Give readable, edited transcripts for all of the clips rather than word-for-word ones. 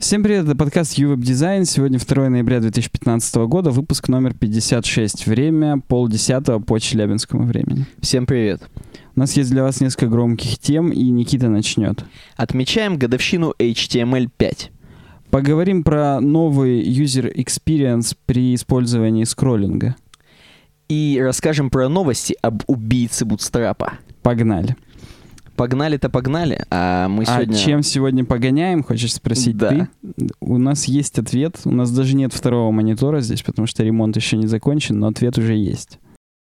Всем привет, это подкаст YouWeb Design. Сегодня 2 ноября 2015 года, выпуск номер 56. Время 9:30 по челябинскому времени. Всем привет. У нас есть для вас несколько громких тем, и Никита начнет. Отмечаем годовщину HTML5. Поговорим про новый user experience при использовании скроллинга. И расскажем про новости об убийце Бутстрапа. Погнали. Погнали-то погнали, а мы сегодня... А чем сегодня погоняем, хочешь спросить ты? У нас есть ответ. У нас даже нет второго монитора здесь, потому что ремонт еще не закончен, но ответ уже есть.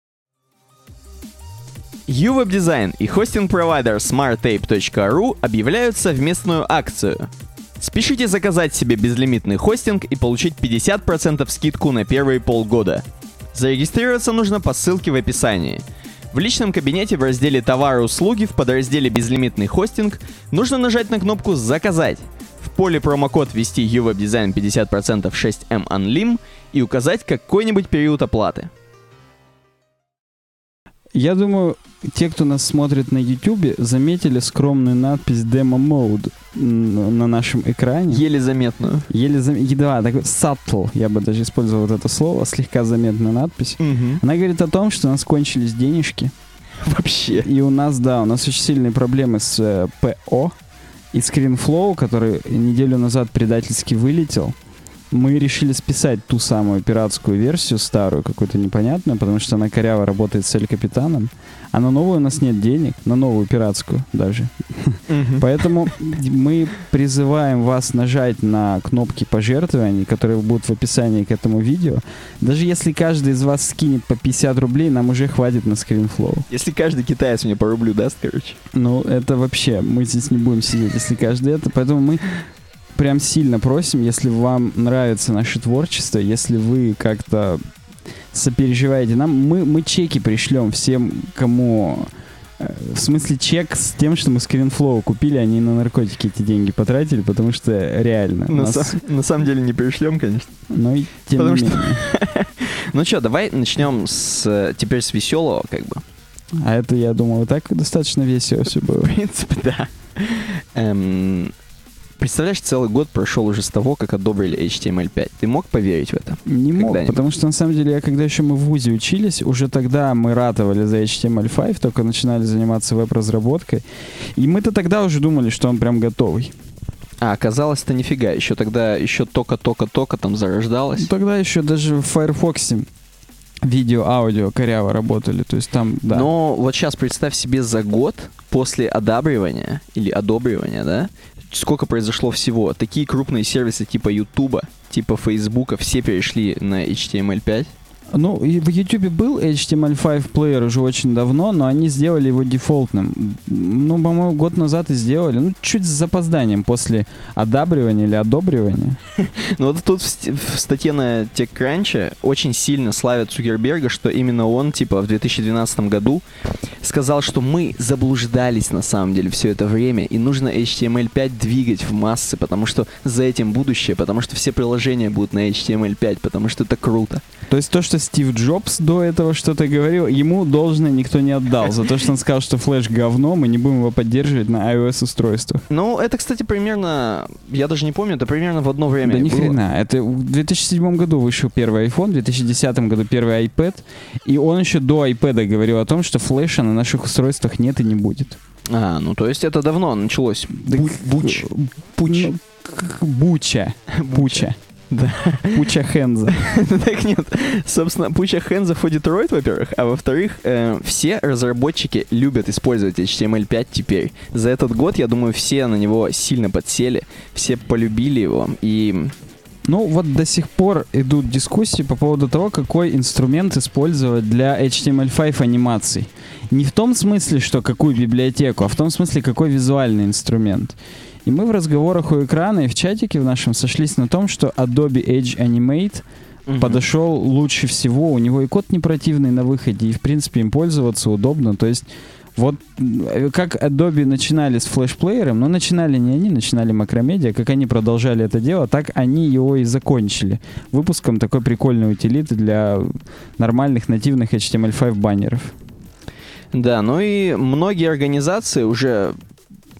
YouWeb Design и хостинг-провайдер smarttape.ru объявляют совместную акцию. Спешите заказать себе безлимитный хостинг и получить 50% скидку на первые полгода. Зарегистрироваться нужно по ссылке в описании. В личном кабинете в разделе «Товары и услуги» в подразделе «Безлимитный хостинг» нужно нажать на кнопку «Заказать». В поле промокод ввести YouWeb Design 50% 6M Unlim и указать какой-нибудь период оплаты. Я думаю, те, кто нас смотрит на YouTube, заметили скромную надпись «Demo Mode» на нашем экране. Еле заметную. Да, такой subtle, я бы даже использовал вот это слово, слегка заметная надпись. Угу. Она говорит о том, что у нас кончились денежки. Вообще. И у нас очень сильные проблемы с ПО и ScreenFlow, который неделю назад предательски вылетел. Мы решили списать ту самую пиратскую версию, старую, какую-то непонятную, потому что она коряво работает с Эль Капитаном. А на новую у нас нет денег, на новую пиратскую даже. Поэтому мы призываем вас нажать на кнопки пожертвований, которые будут в описании к этому видео. Даже если каждый из вас скинет по 50 рублей, нам уже хватит на ScreenFlow. Если каждый китаец мне по рублю даст, короче. Ну, это вообще, мы здесь не будем сидеть, если каждый это. Поэтому мы прям сильно просим, если вам нравится наше творчество, если вы как-то сопереживаете нам, мы чеки пришлем всем, кому... В смысле, чек с тем, что мы ScreenFlow купили, они на наркотики эти деньги потратили, потому что реально. На самом деле не пришлем, конечно. Но и тем не менее. Ну что, давай начнем теперь с веселого, как бы. А это, я думал, и так достаточно весело все было. В принципе, да. Представляешь, целый год прошел уже с того, как одобрили HTML5. Ты мог поверить в это? Не мог, потому что, на самом деле, когда еще мы в ВУЗе учились, уже тогда мы ратовали за HTML5, только начинали заниматься веб-разработкой. И мы-то тогда уже думали, что он прям готовый. А оказалось-то нифига. Еще тогда только там зарождалось. Ну, тогда еще даже в Firefox видео-аудио коряво работали. То есть там, да. Но вот сейчас представь себе за год после одобривания, да, сколько произошло всего. Такие крупные сервисы типа Ютуба, типа Фейсбука, все перешли на HTML5. Ну, и в YouTube был HTML5 плеер уже очень давно, но они сделали его дефолтным. Ну, по-моему, год назад и сделали. Ну, чуть с запозданием после одабривания или одобривания. Ну, вот тут в статье на TechCrunch очень сильно славят Цукерберга, что именно он, типа, в 2012 году сказал, что мы заблуждались на самом деле все это время, и нужно HTML5 двигать в массы, потому что за этим будущее, потому что все приложения будут на HTML5, потому что это круто. То есть то, что Стив Джобс до этого что-то говорил, ему должное никто не отдал. За то, что он сказал, что флеш говно, мы не будем его поддерживать на iOS-устройствах. Ну, это, кстати, примерно, я даже не помню, это примерно в одно время было. Да ни было. хрена. Это в 2007 году вышел первый iPhone, в 2010 году первый iPad, и он еще до iPad говорил о том, что флеша на наших устройствах нет и не будет. А, ну то есть это давно началось. Буча. Да. Пуча Хенза. Так нет. Собственно, Пуча Хенза ходит роет, во-первых, а во-вторых, все разработчики любят использовать HTML5 теперь. За этот год, я думаю, все на него сильно подсели, все полюбили его, и... Ну, вот до сих пор идут дискуссии по поводу того, какой инструмент использовать для HTML5 анимаций. Не в том смысле, что какую библиотеку, а в том смысле, какой визуальный инструмент. И мы в разговорах у экрана и в чатике в нашем сошлись на том, что Adobe Edge Animate подошел лучше всего. У него и код не противный на выходе, и, в принципе, им пользоваться удобно. То есть, вот как Adobe начинали с флешплеером, но начинали не они, начинали Macromedia, как они продолжали это дело, так они его и закончили выпуском такой прикольной утилиты для нормальных нативных HTML5 баннеров. Да, ну и многие организации уже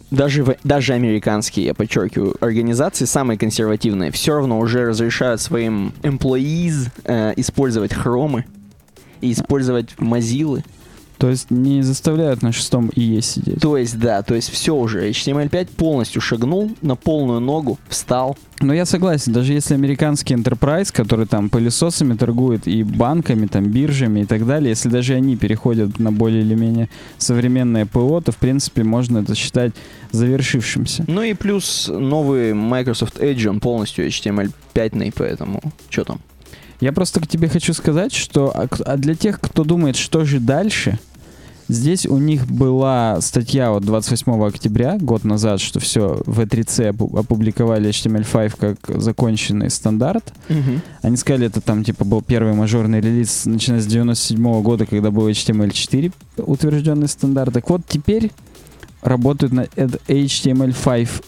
даже американские, я подчеркиваю, организации, самые консервативные, все равно уже разрешают своим employees использовать хромы и использовать Mozilla. То есть не заставляют на 6-м IE сидеть. То есть, да, то есть все уже. HTML5 полностью шагнул на полную ногу, встал. Но я согласен, даже если американский enterprise, который там пылесосами торгует и банками, там биржами и так далее, если даже они переходят на более или менее современное ПО, то в принципе можно это считать завершившимся. Ну и плюс новый Microsoft Edge, он полностью HTML5-ный, поэтому что там? Я просто к тебе хочу сказать, что для тех, кто думает, что же дальше, здесь у них была статья вот 28 октября, год назад, что все, в E3C опубликовали HTML5 как законченный стандарт. Угу. Они сказали, это там типа был первый мажорный релиз, начиная с 97 года, когда был HTML4 утвержденный стандарт. Так вот, теперь работают на HTML5.1.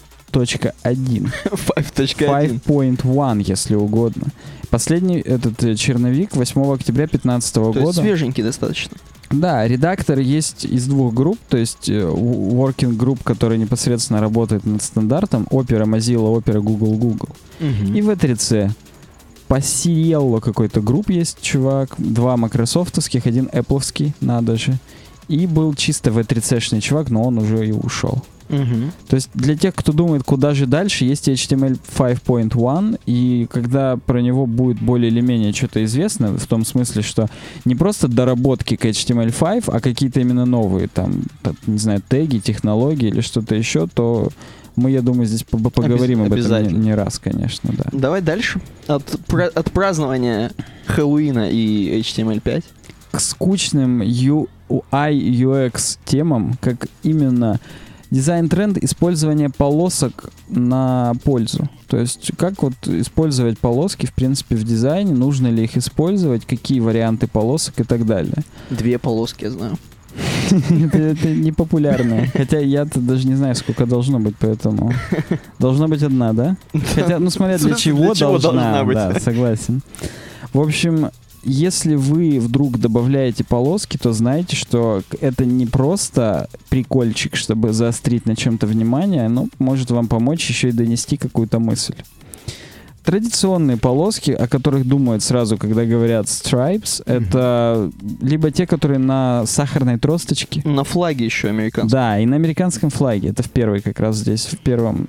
5.1. 5.1, если угодно. Последний этот черновик 8 октября 2015 года. То есть свеженький достаточно. Да, редактор есть из двух групп, то есть working group, который непосредственно работает над стандартом, Opera Mozilla, Opera Google. Угу. И V3C. По Cielo какой-то групп есть чувак, 2 майкрософтовских, 1 Apple'овский, надо же. И был чисто V3C-шный чувак, но он уже и ушел. Угу. То есть для тех, кто думает, куда же дальше, есть HTML 5.1, и когда про него будет более или менее что-то известно, в том смысле, что не просто доработки к HTML5, а какие-то именно новые, там, не знаю, теги, технологии или что-то еще, то мы, я думаю, здесь поговорим об этом не раз, конечно, да. Давай дальше. От празднования Хэллоуина и HTML5 к скучным UI, UX темам, как именно дизайн-тренд использования полосок на пользу. То есть, как вот использовать полоски, в принципе, в дизайне, нужно ли их использовать, какие варианты полосок и так далее. 2 полоски, я знаю. Это не популярно. Хотя я-то даже не знаю, сколько должно быть, поэтому... Должна быть 1, да? Хотя, ну, смотря для чего должна быть. Да, согласен. В общем, если вы вдруг добавляете полоски, то знайте, что это не просто прикольчик, чтобы заострить на чем-то внимание, но может вам помочь еще и донести какую-то мысль. Традиционные полоски, о которых думают сразу, когда говорят stripes, это либо те, которые на сахарной тросточке. На флаге еще американском. Да, и на американском флаге. Это в первой как раз здесь, в первом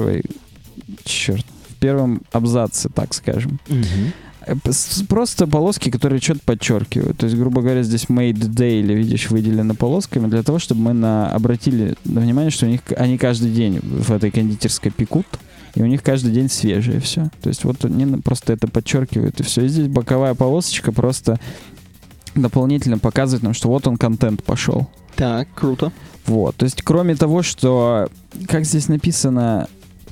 абзаце, так скажем. Просто полоски, которые что-то подчеркивают. То есть, грубо говоря, здесь made daily, видишь, выделено полосками для того, чтобы мы обратили внимание, что они каждый день в этой кондитерской пекут, и у них каждый день свежее все. То есть вот они просто это подчеркивают, и все. И здесь боковая полосочка просто дополнительно показывает нам, что вот он, контент пошел. Так, круто. Вот. То есть кроме того, что, как здесь написано,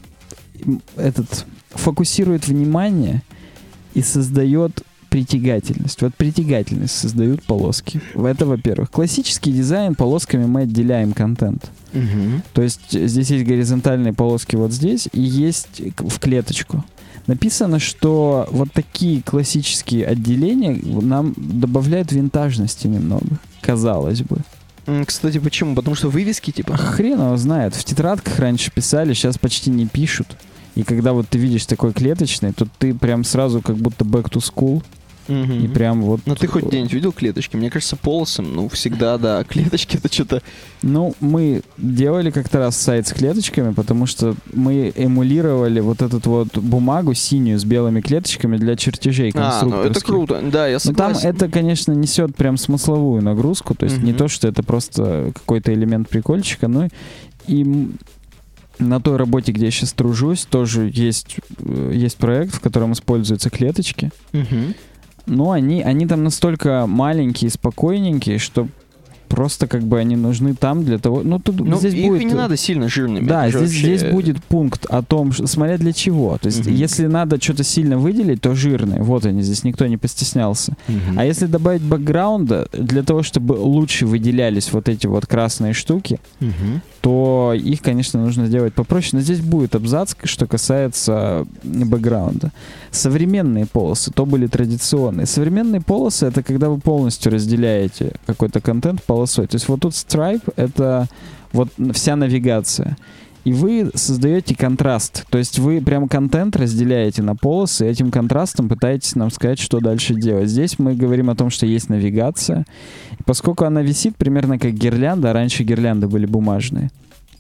фокусирует внимание и создает притягательность. Вот притягательность создают полоски. Это, во-первых. Классический дизайн, полосками мы отделяем контент. То есть здесь есть горизонтальные полоски вот здесь и есть в клеточку. Написано, что вот такие классические отделения нам добавляют винтажности немного, казалось бы. Кстати, почему? Потому что вывески типа? Хрен его знает. В тетрадках раньше писали, сейчас почти не пишут. И когда вот ты видишь такой клеточный, то ты прям сразу как будто back to school. И прям вот... Ну ты хоть где-нибудь видел клеточки? Мне кажется, полосом, всегда, да. Клеточки это что-то... Ну, мы делали как-то раз сайт с клеточками, потому что мы эмулировали вот эту вот бумагу синюю с белыми клеточками для чертежей конструкторских. Ну это круто, да, я согласен. Но там это, конечно, несет прям смысловую нагрузку, то есть не то, что это просто какой-то элемент прикольчика, но и... На той работе, где я сейчас тружусь, тоже есть проект, в котором используются клеточки. Но они там настолько маленькие, спокойненькие, что просто как бы они нужны там для того... здесь их будет... не надо сильно жирными. Да, здесь будет пункт о том, смотря для чего. То есть если надо что-то сильно выделить, то жирные. Вот они, здесь никто не постеснялся. А если добавить бэкграунда, для того, чтобы лучше выделялись вот эти вот красные штуки, то их, конечно, нужно сделать попроще. Но здесь будет абзац, что касается бэкграунда. Современные полосы, то были традиционные. Современные полосы — это когда вы полностью разделяете какой-то контент полосой. То есть вот тут Stripe — это вот вся навигация. И вы создаете контраст. То есть вы прям контент разделяете на полосы, и этим контрастом пытаетесь нам сказать, что дальше делать. Здесь мы говорим о том, что есть навигация. И поскольку она висит примерно как гирлянда, а раньше гирлянды были бумажные,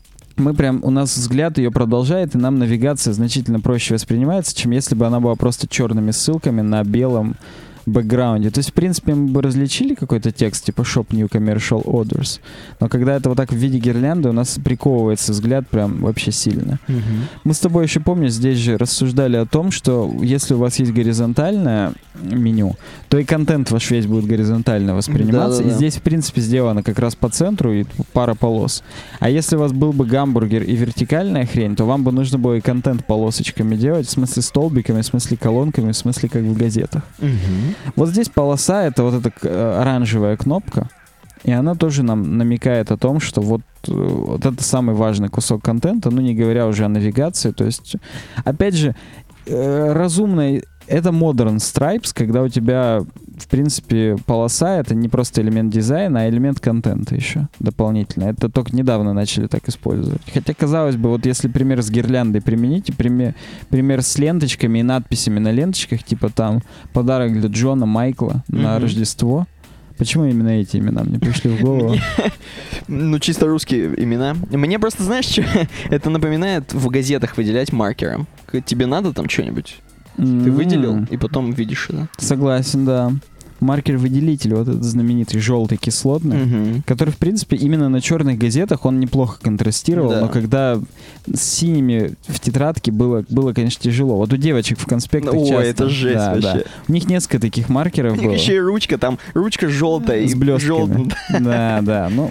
у нас взгляд ее продолжает, и нам навигация значительно проще воспринимается, чем если бы она была просто черными ссылками на белом бэкграунде. То есть, в принципе, мы бы различили какой-то текст, типа Shop New Commercial Orders, но когда это вот так в виде гирлянды, у нас приковывается взгляд прям вообще сильно. Мы с тобой еще, помнишь, здесь же рассуждали о том, что если у вас есть горизонтальное меню, то и контент ваш весь будет горизонтально восприниматься. И здесь, в принципе, сделано как раз по центру и пара полос. А если у вас был бы гамбургер и вертикальная хрень, то вам бы нужно было и контент полосочками делать, в смысле столбиками, в смысле колонками, в смысле как в газетах. Вот здесь полоса — это вот эта оранжевая кнопка, и она тоже нам намекает о том, что вот это самый важный кусок контента, ну не говоря уже о навигации. То есть, опять же, разумно. Это Modern Stripes, когда у тебя, в принципе, полоса — это не просто элемент дизайна, а элемент контента еще дополнительно. Это только недавно начали так использовать. Хотя, казалось бы, вот если пример с гирляндой применить, пример с ленточками и надписями на ленточках, типа там «Подарок для Джона Майкла на Рождество». Почему именно эти имена мне пришли в голову? Ну, чисто русские имена. Мне просто, знаешь, что это напоминает в газетах выделять маркером. Тебе надо там что-нибудь? Ты выделил, и потом видишь это. Согласен, да. Маркер-выделитель, вот этот знаменитый желтый кислотный, который, в принципе, именно на черных газетах он неплохо контрастировал, но когда с синими в тетрадке было, конечно, тяжело. Вот у девочек в конспектах часто. Ой, это жесть вообще. Да. У них несколько таких маркеров было. У них еще и ручка, там ручка желтая. С блестками. Да. Ну,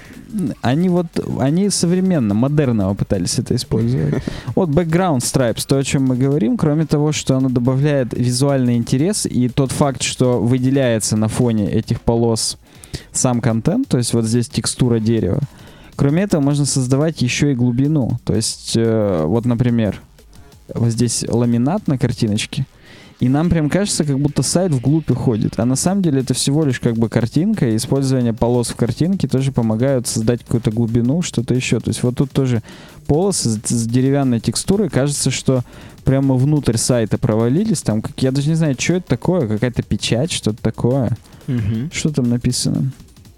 они современно, модерно пытались это использовать. Вот Background Stripes, то, о чем мы говорим, кроме того, что оно добавляет визуальный интерес, и тот факт, что выделяется на фоне этих полос сам контент, то есть вот здесь текстура дерева. Кроме этого, можно создавать еще и глубину. То есть, вот, например, вот здесь ламинат на картиночке, и нам прям кажется, как будто сайт вглубь уходит. А на самом деле это всего лишь как бы картинка, и использование полос в картинке тоже помогают создать какую-то глубину, что-то еще. То есть вот тут тоже полосы с деревянной текстурой. Кажется, что прямо внутрь сайта провалились. Там, я даже не знаю, что это такое, какая-то печать, что-то такое. Что там написано?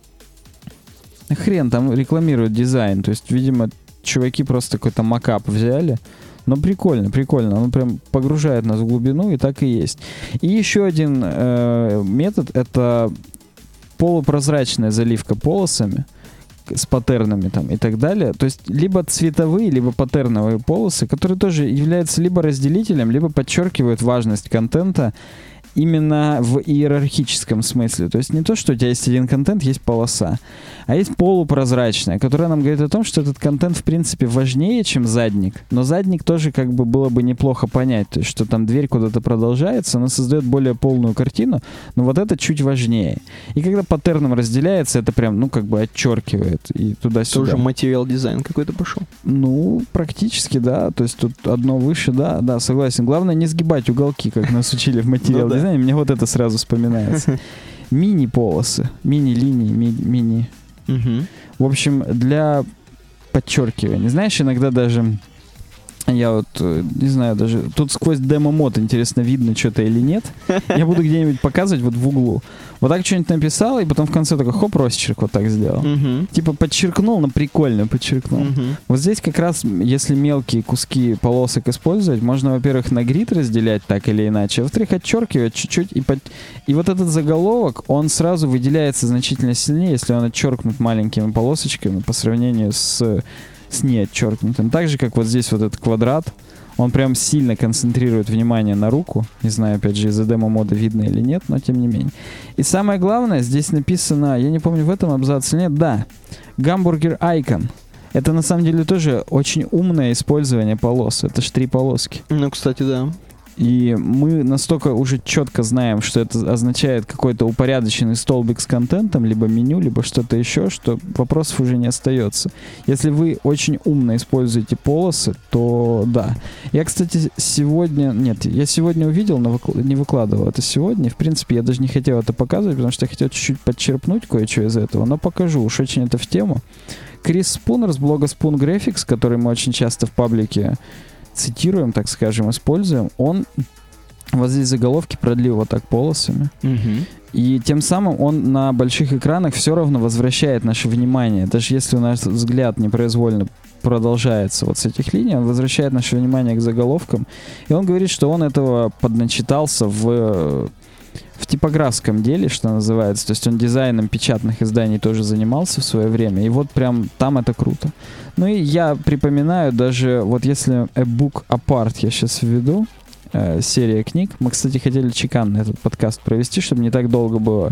Хрен, там рекламируют дизайн. То есть, видимо, чуваки просто какой-то макап взяли. Но прикольно. Он прям погружает нас в глубину, и так и есть. И еще один метод — это полупрозрачная заливка полосами с паттернами там и так далее. То есть либо цветовые, либо паттерновые полосы, которые тоже являются либо разделителем, либо подчеркивают важность контента именно в иерархическом смысле. То есть не то, что у тебя есть один контент, есть полоса, а есть полупрозрачная, которая нам говорит о том, что этот контент, в принципе, важнее, чем задник, но задник тоже как бы было бы неплохо понять, то есть что там дверь куда-то продолжается, она создает более полную картину, но вот это чуть важнее. И когда паттерном разделяется, это прям, ну, как бы отчеркивает и туда-сюда. Тоже материал дизайн какой-то пошел? Ну, практически, да. То есть тут одно выше, да, согласен. Главное не сгибать уголки, как нас учили в материал дизайне. Мне вот это сразу вспоминается. Мини-полосы, мини-линии, мини... В общем, для подчеркивания. Знаешь, иногда даже я вот, не знаю, даже тут сквозь демо-мод, интересно, видно что-то или нет. Я буду где-нибудь показывать вот в углу. Вот так что-нибудь написал, и потом в конце такой хоп, росчерк вот так сделал. Типа подчеркнул, но прикольно подчеркнул. Вот здесь как раз, если мелкие куски полосок использовать, можно, во-первых, на грид разделять так или иначе, а во-вторых, отчеркивать чуть-чуть. И вот этот заголовок, он сразу выделяется значительно сильнее, если он отчеркнут маленькими полосочками по сравнению с неотчеркнутым. Так же, как вот здесь вот этот квадрат, он прям сильно концентрирует внимание на руку. Не знаю, опять же, из-за демо-мода видно или нет, но тем не менее. И самое главное, здесь написано, я не помню, в этом абзаце или нет, да, гамбургер Icon. Это на самом деле тоже очень умное использование полос. Это ж 3 полоски. Ну, кстати, да. И мы настолько уже четко знаем, что это означает какой-то упорядоченный столбик с контентом, либо меню, либо что-то еще, что вопросов уже не остается. Если вы очень умно используете полосы, то да. Я, кстати, сегодня увидел, но не выкладывал это сегодня. В принципе, я даже не хотел это показывать, потому что я хотел чуть-чуть подчерпнуть кое-что из этого, но покажу, уж очень это в тему. Крис Спунер с блога Spoon Graphics, который мы очень часто в паблике цитируем, так скажем, используем, он вот здесь заголовки продлил вот так полосами. И тем самым он на больших экранах все равно возвращает наше внимание. Даже если у нас взгляд непроизвольно продолжается вот с этих линий, он возвращает наше внимание к заголовкам. И он говорит, что он этого подначитался в типографском деле, что называется. То есть он дизайном печатных изданий тоже занимался в свое время. И вот прям там это круто. Ну и я припоминаю даже, вот если A Book Apart я сейчас введу, серия книг. Мы, кстати, хотели чеканно этот подкаст провести, чтобы не так долго было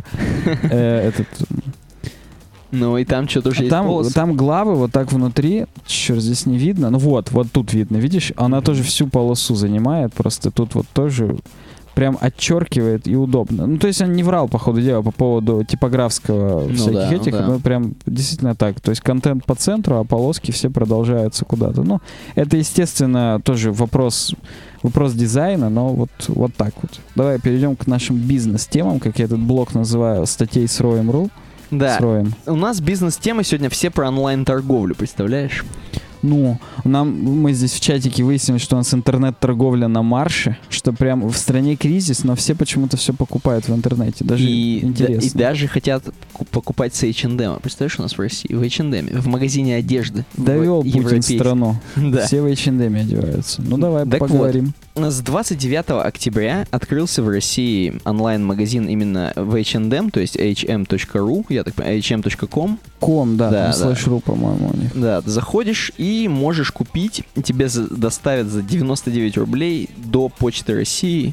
Ну и там что-то уже есть полосы. Там главы вот так внутри, черт, здесь не видно. Ну вот тут видно, видишь? Она тоже всю полосу занимает, просто тут вот тоже прям отчеркивает и удобно. Ну, то есть он не врал, по ходу дела, по поводу типографского всяких этих. Ну, прям действительно так. То есть контент по центру, а полоски все продолжаются куда-то. Ну, это, естественно, тоже вопрос дизайна, но вот так вот. Давай перейдем к нашим бизнес-темам, как я этот блог называю, статей с Роем.ру. Да, у нас бизнес-темы сегодня все про онлайн-торговлю, представляешь? Ну, мы здесь в чатике выяснили, что у нас интернет-торговля на марше, что прям в стране кризис, но все почему-то все покупают в интернете. Даже интересно. И даже хотят покупать с H&M. Представляешь, у нас в России, в H&M, в магазине одежды. Довел Путин страну. Да. Все в H&M одеваются. Ну, давай поговорим. С 29 октября открылся в России онлайн-магазин именно в H&M, то есть hm.ru, я так понимаю, hm.com. Да, /ru, по-моему, у них. Да, ты заходишь и можешь купить, тебе доставят за 99 рублей до Почты России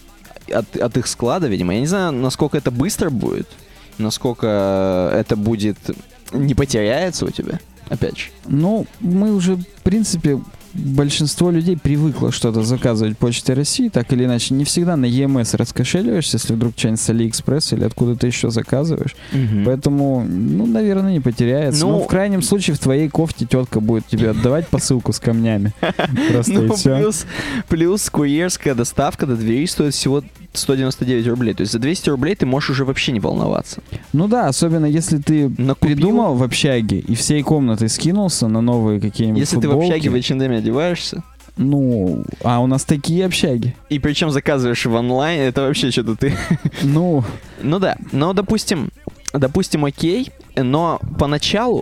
от их склада, видимо. Я не знаю, насколько это быстро будет, насколько это будет не потеряется у тебя, опять же. Ну, мы уже, в принципе, большинство людей привыкло что-то заказывать Почтой России, так или иначе. Не всегда на EMS раскошеливаешься, если вдруг что-нибудь с Алиэкспресс или откуда-то еще заказываешь. Поэтому, наверное, не потеряется. Но в крайнем случае в твоей кофте тетка будет тебе отдавать посылку с камнями. Просто и все. Плюс курьерская доставка до двери стоит всего 199 рублей. То есть за 200 рублей ты можешь уже вообще не волноваться. Ну да, особенно если ты придумал в общаге и всей комнатой скинулся на новые какие-нибудь если футболки. Если ты в общаге в H&M одеваешься. Ну, а у нас такие общаги. И причем заказываешь в онлайн, это вообще что-то ты... Ну да, но допустим, окей, но поначалу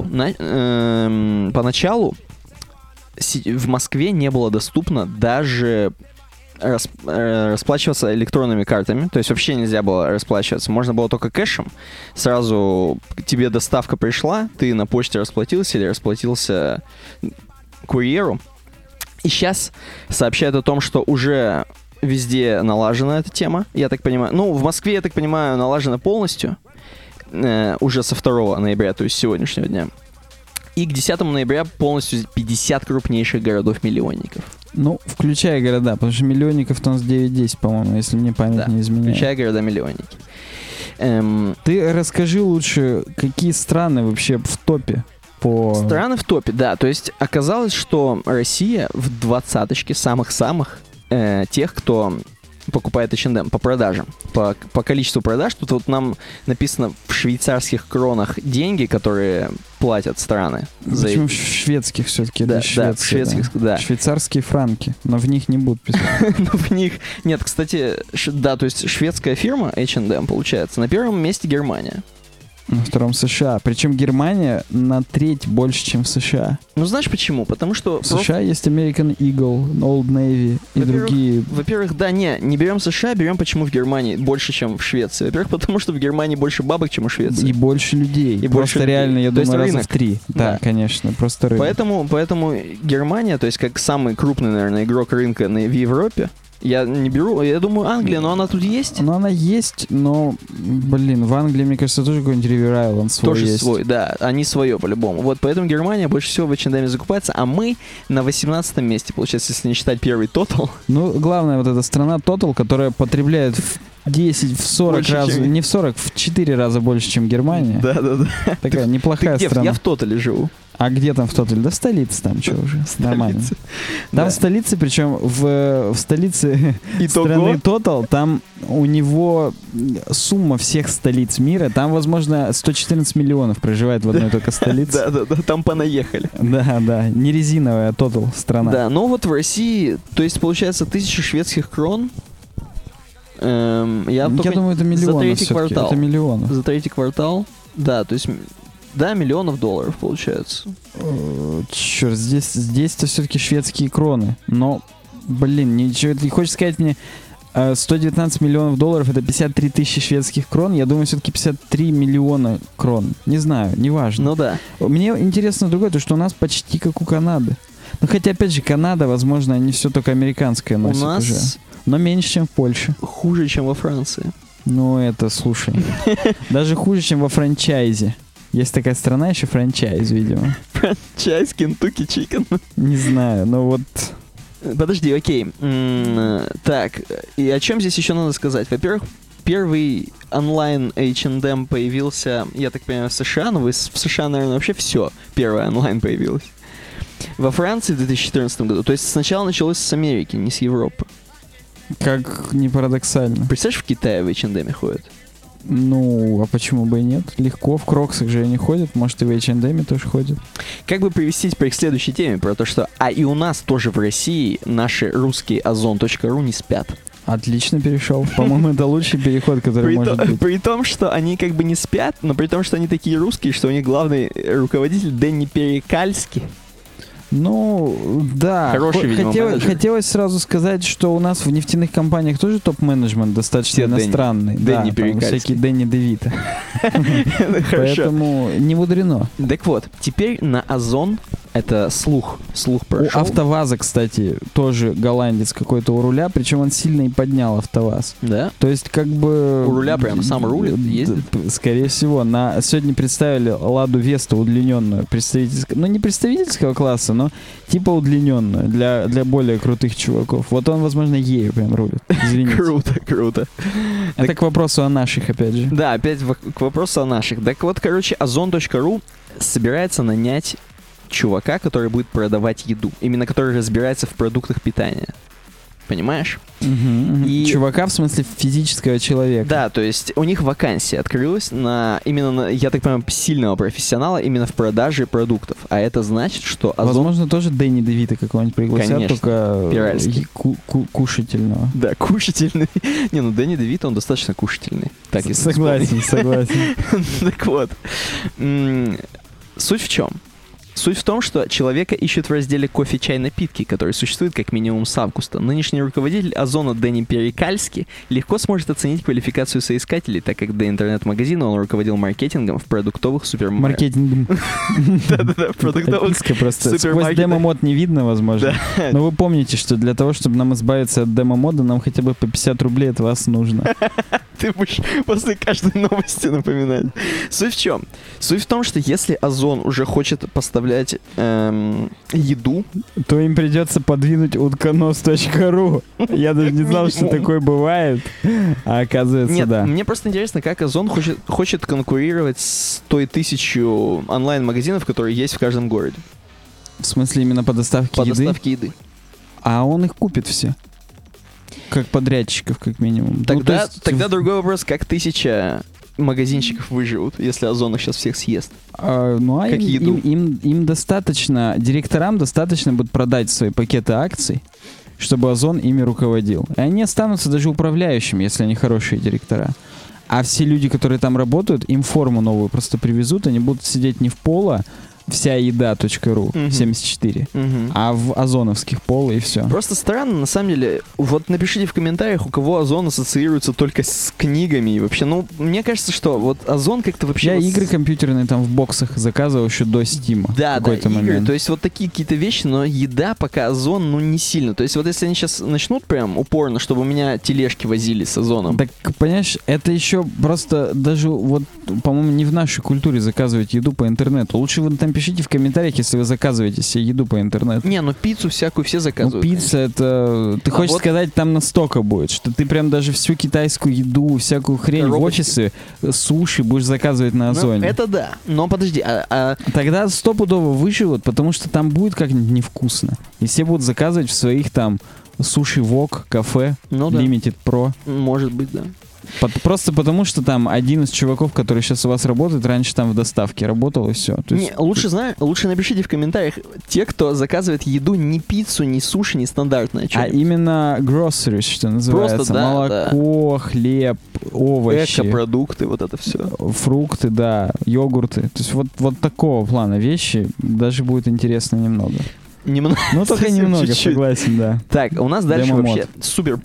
в Москве не было доступно даже расплачиваться электронными картами, то есть вообще нельзя было расплачиваться, можно было только кэшем. Сразу тебе доставка пришла, ты на почте расплатился или расплатился курьеру. И сейчас сообщают о том, что уже везде налажена эта тема, я так понимаю. Ну, в Москве, я так понимаю, налажена полностью, уже со 2 ноября, то есть сегодняшнего дня. И к 10 ноября полностью 50 крупнейших городов-миллионников. Ну, включая города, потому что миллионников-то у нас 9-10, по-моему, если мне память не изменяет. Включая города-миллионники. Ты расскажи лучше, какие страны вообще в топе? Страны в топе, да. То есть оказалось, что Россия в 20-очке самых-самых тех, кто покупает H&M по продажам. По количеству продаж. Тут вот нам написано в швейцарских кронах деньги, которые платят страны. Почему в шведских все-таки? Да, в шведских, да. Швейцарские франки, но в них не будут писать. Но в них... Нет, кстати, да, то есть шведская фирма H&M, получается, на первом месте Германия. На втором США. Причем Германия на треть больше, чем в США. Ну, знаешь почему? Потому что... В США есть American Eagle, Old Navy и другие... Во-первых, да, не берем США, берем почему в Германии больше, чем в Швеции. Во-первых, потому что в Германии больше бабок, чем в Швеции. И больше людей. И просто реально, я думаю, раза в 3. Да, конечно, просто рынок. Поэтому Германия, то есть как самый крупный, наверное, игрок рынка в Европе, я не беру, я думаю, Англия, но она тут есть? Ну, она есть, но, в Англии, мне кажется, тоже какой-нибудь River Island свой тоже есть. Свой, да, они свое по-любому. Вот поэтому Германия больше всего в H&M закупается, а мы на 18 месте, получается, если не считать первый Total. Ну, главное, вот эта страна Total, которая потребляет 10, в 40 Больше, раз, чем- не в 40, в 4 раза больше, чем Германия. Да-да-да. Такая Ты неплохая где? страна. Я в Тотале живу. А где там в Тотале? Да в столице там, что уже, нормально. Столице. Там Да. в столице, причем в столице Итого? страны Total, там у него сумма всех столиц мира, там, возможно, 114 миллионов проживает в одной только столице. Да-да-да, там понаехали. Да, да, не резиновая Total страна. Да, но вот в России, то есть получается 1000 шведских крон. Я только думаю, это за миллионы третий все-таки. квартал. Это миллионы. За третий квартал. Да, то есть, да, миллионов долларов получается. Черт, здесь-то все-таки шведские кроны. Но, блин, ничего, ты хочешь сказать мне, 119 миллионов долларов это 53 тысячи шведских крон? Я думаю, все-таки 53 миллиона крон. Не знаю, неважно. Ну да. Мне интересно другое, то что у нас почти как у Канады. Ну, хотя, опять же, Канада, возможно, они все только американское У носят нас уже. Но меньше, чем в Польше. хуже, чем во Франции. Ну, это, слушай, даже хуже, чем во франчайзе. Есть такая страна еще, франчайз, видимо. Франчайз Kentucky Chicken. Не знаю, но вот... Подожди, окей. Так, и о чем здесь еще надо сказать? Во-первых, первый онлайн H&M появился, я так понимаю, в США, но в США, наверное, вообще все первое онлайн появилось. Во Франции в 2014 году. То есть сначала началось с Америки, не с Европы. Как не парадоксально. Представляешь, в Китае в H&M ходят? Ну, а почему бы и нет? Легко, в кроксах же они ходят, может и в H&M тоже ходят. Как бы привести теперь к следующей теме, про то, что и у нас тоже в России наши русские озон.ру не спят. Отлично перешел. По-моему, это лучший переход, который может быть. При том, что они как бы не спят, но при том, что они такие русские, что у них главный руководитель Дэнни Перекальский. Ну, да. Хороший, видимо, менеджер. Хотелось сразу сказать, что у нас в нефтяных компаниях тоже топ-менеджмент достаточно Все Дэнни. иностранный. Дэнни да, там Перекальский. всякие Дэнни Девита. Хорошо. Поэтому не мудрено. Так вот, теперь на Озон, это слух У прошел. АвтоВАЗа, кстати, тоже голландец какой-то у руля, причем он сильно и поднял АвтоВАЗ. Да? То есть, как бы... У руля прям сам рулит, ездит? Скорее всего. Сегодня представили Ладу Весту удлиненную, представительского, ну не представительского класса, но типа удлиненную для более крутых чуваков. Вот он, возможно, ею прям рулит. Извините. Круто. Это к вопросу о наших, опять же. Да, опять к вопросу о наших. Так вот, короче, Озон.ру собирается нанять чувака, который будет продавать еду. Именно который разбирается в продуктах питания. Понимаешь? И- Чувака, в смысле физического человека. Да, то есть у них вакансия открылась именно на, я так понимаю, сильного профессионала именно в продаже продуктов. А это значит, что Озон... Возможно, тоже Дэнни Девита какого-нибудь пригласят, Конечно. только Пиральский. кушательного. Да, кушательный. Не, ну Дэнни Девито, он достаточно кушательный. Так, если Согласен. Так вот. Суть в чем? Суть в том, что человека ищут в разделе «Кофе, чай, напитки», который существует как минимум с августа. Нынешний руководитель Озона Дэнни Перекальский легко сможет оценить квалификацию соискателей, так как до интернет-магазина он руководил маркетингом в продуктовых супермаркетах. Маркетингом. Да-да-да, в продуктовых Описка просто. Сквозь супермаркетах. демо-мод не видно, возможно. Но вы помните, что для того, чтобы нам избавиться от демо-мода, нам хотя бы по 50 рублей от вас нужно. Ты будешь после каждой новости напоминать. Суть в чем? Суть в том, что если Озон уже хочет поставлять еду, То им придется подвинуть утконос.ру. Я даже не знал, что такое бывает. А оказывается, нет, да. мне просто интересно, как Озон хочет конкурировать с той 1000 онлайн-магазинов, которые есть в каждом городе. В смысле именно по доставке По еды? доставке еды. А он их купит все. Как подрядчиков, как минимум. Ну, то есть Тогда другой вопрос, как 1000 магазинчиков выживут, если Озон их сейчас всех съест. Ну, Как еду. им достаточно, директорам достаточно будет продать свои пакеты акций, чтобы Озон ими руководил. И они останутся даже управляющими, если они хорошие директора. А все люди, которые там работают, им форму новую просто привезут, они будут сидеть не в поло, вся еда.ру 74, а в озоновских поло и все. Просто странно, на самом деле. Вот напишите в комментариях, у кого Озон ассоциируется только с книгами и вообще. Ну, мне кажется, что вот Озон как-то вообще... Я вот игры компьютерные там в боксах заказывал еще до Стима. Да, в какой-то игры, момент. то есть вот такие какие-то вещи, но еда пока Озон, ну, не сильно. То есть вот если они сейчас начнут прям упорно, чтобы у меня тележки возили с Озоном. Так, понимаешь, это еще просто даже вот, по-моему, не в нашей культуре заказывать еду по интернету. Лучше вы там напишите в комментариях, если вы заказываете себе еду по интернету. Не, ну пиццу всякую все Ну, заказывают. пицца это... Ты хочешь вот- сказать, там настолько будет, что ты прям даже всю китайскую еду, всякую хрень в Коробочки. офисе, суши будешь заказывать на Ну, Озоне. это да. Но подожди, Тогда стопудово выживут, потому что там будет как-нибудь невкусно. И все будут заказывать в своих там суши-вок, кафе, ну да, Limited Pro. может быть, да. Просто потому, что там один из чуваков, который сейчас у вас работает, раньше там в доставке работал, и все. Не, лучше напишите в комментариях те, кто заказывает еду не пиццу, не суши, не стандартное. А именно groceries, что называется. Просто, да, молоко, хлеб, овощи, эко-продукты, вот это все. фрукты, да, йогурты. То есть вот такого плана вещи даже будет интересно немного. Немного. Ну, только Совсем немного, чуть-чуть. согласен, да. Так, у нас дальше Демо-мод. вообще супер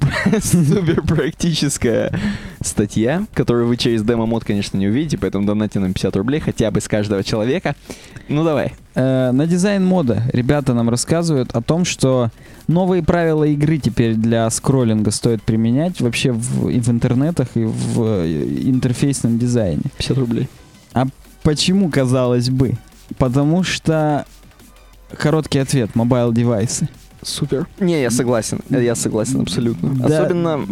практическая статья, которую вы через демо-мод, конечно, не увидите, поэтому донатьте нам 50 рублей хотя бы с каждого человека. Ну, давай. На дизайн мода ребята нам рассказывают о том, что новые правила игры теперь для скроллинга стоит применять вообще и в интернетах, и в интерфейсном дизайне. 50 рублей. Почему, казалось бы? Потому что короткий ответ — мобайл-девайсы. Супер. Не, я согласен абсолютно. Да,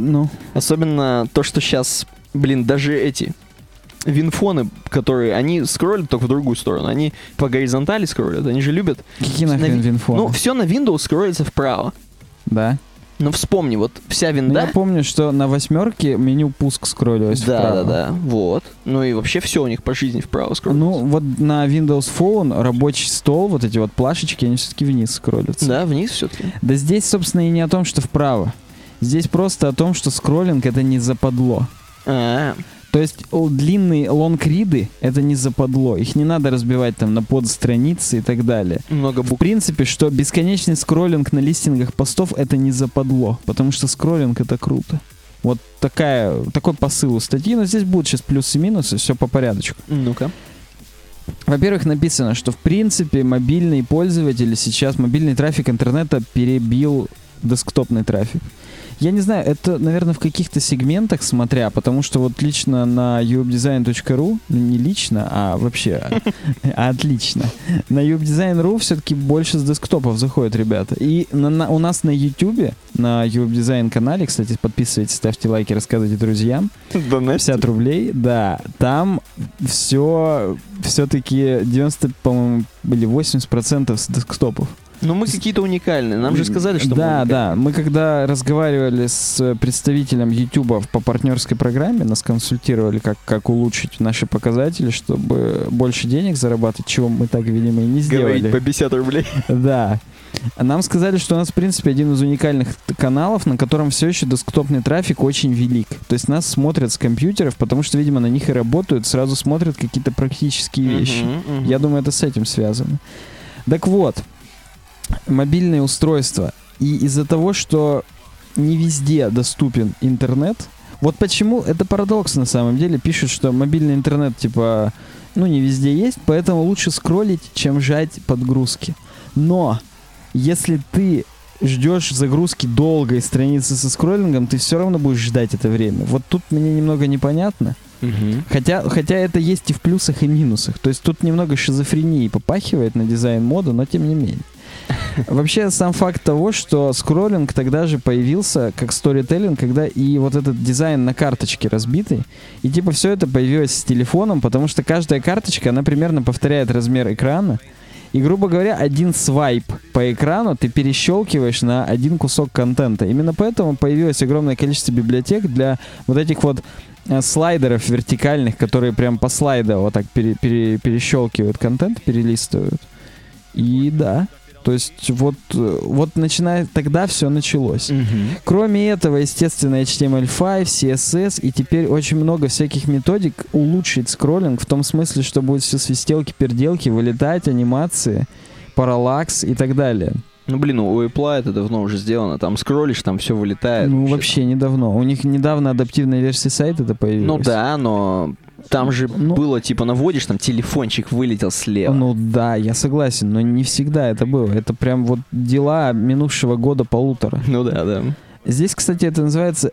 Особенно то, что сейчас, даже эти винфоны, которые, они скроллят только в другую сторону. Они по горизонтали скроллят, они же любят. Какие нахрен винфоны? Ну, все на Windows скроллится вправо. Да. Ну, вспомни, вот вся Ну, винда... я помню, что на 8 меню пуск скроллилось вправо. Да, вот. Ну и вообще все у них по жизни вправо скроллится. Ну, вот на Windows Phone рабочий стол, вот эти вот плашечки, они все-таки вниз скроллятся. Да, вниз все-таки. Да здесь, собственно, и не о том, что вправо. Здесь просто о том, что скроллинг — это не западло. То есть длинные лонгриды — это не западло. Их не надо разбивать там на подстраницы и так далее. Много В букв. принципе, что бесконечный скроллинг на листингах постов — это не западло, потому что скроллинг — это круто. Вот такой посыл у статьи, но здесь будут сейчас плюсы и минусы, все по порядочку. Ну-ка. Во-первых, написано, что в принципе мобильные пользователи сейчас, мобильный трафик интернета перебил десктопный трафик. Я не знаю, это, наверное, в каких-то сегментах смотря, потому что вот лично на uwebdesign.ru, не лично, а вообще, отлично, на uwebdesign.ru все-таки больше с десктопов заходят ребята. И у нас на YouTube, на uwebdesign канале, кстати, подписывайтесь, ставьте лайки, рассказывайте друзьям, 50 рублей, да, там все-таки 90, по-моему, или 80% с десктопов. Ну, мы какие-то уникальные. Нам же сказали, что Да. Мы когда разговаривали с представителем YouTube по партнерской программе, нас консультировали, как улучшить наши показатели, чтобы больше денег зарабатывать, чего мы так, видимо, и не сделали. Говорить по 50 рублей. Да. Нам сказали, что у нас, в принципе, один из уникальных каналов, на котором все еще десктопный трафик очень велик. То есть нас смотрят с компьютеров, потому что, видимо, на них и работают, сразу смотрят какие-то практические вещи. Я думаю, это с этим связано. Так вот, мобильные устройства. И из-за того, что не везде доступен интернет, вот почему, это парадокс на самом деле, пишут, что мобильный интернет, типа, не везде есть, поэтому лучше скроллить, чем жать подгрузки. Но, если ты ждешь загрузки долгой страницы со скроллингом, ты все равно будешь ждать это время. Вот тут мне немного непонятно. Хотя это есть и в плюсах, и минусах. То есть тут немного шизофрении попахивает на дизайн мода, но тем не менее. Вообще, сам факт того, что скроллинг тогда же появился как сторителлинг, когда и вот этот дизайн на карточке разбитый, и типа все это появилось с телефоном, потому что каждая карточка, она примерно повторяет размер экрана, и, грубо говоря, один свайп по экрану ты перещелкиваешь на один кусок контента. Именно поэтому появилось огромное количество библиотек для вот этих вот слайдеров вертикальных, которые прям по слайду вот так перещелкивают контент, перелистывают. И да, то есть вот начиная тогда все началось. Кроме этого, естественно, HTML5, CSS и теперь очень много всяких методик улучшить скроллинг в том смысле, что будет все свистелки, перделки, вылетать, анимации, параллакс и так далее. Ну, у Apple это давно уже сделано. Там скроллишь, там все вылетает. Ну, вообще недавно. У них недавно адаптивная версия сайта это появилась. Ну да, но там же было, типа, наводишь, там телефончик вылетел слева. Ну да, я согласен, но не всегда это было. Это прям вот дела минувшего года полутора. Ну да. Здесь, кстати, это называется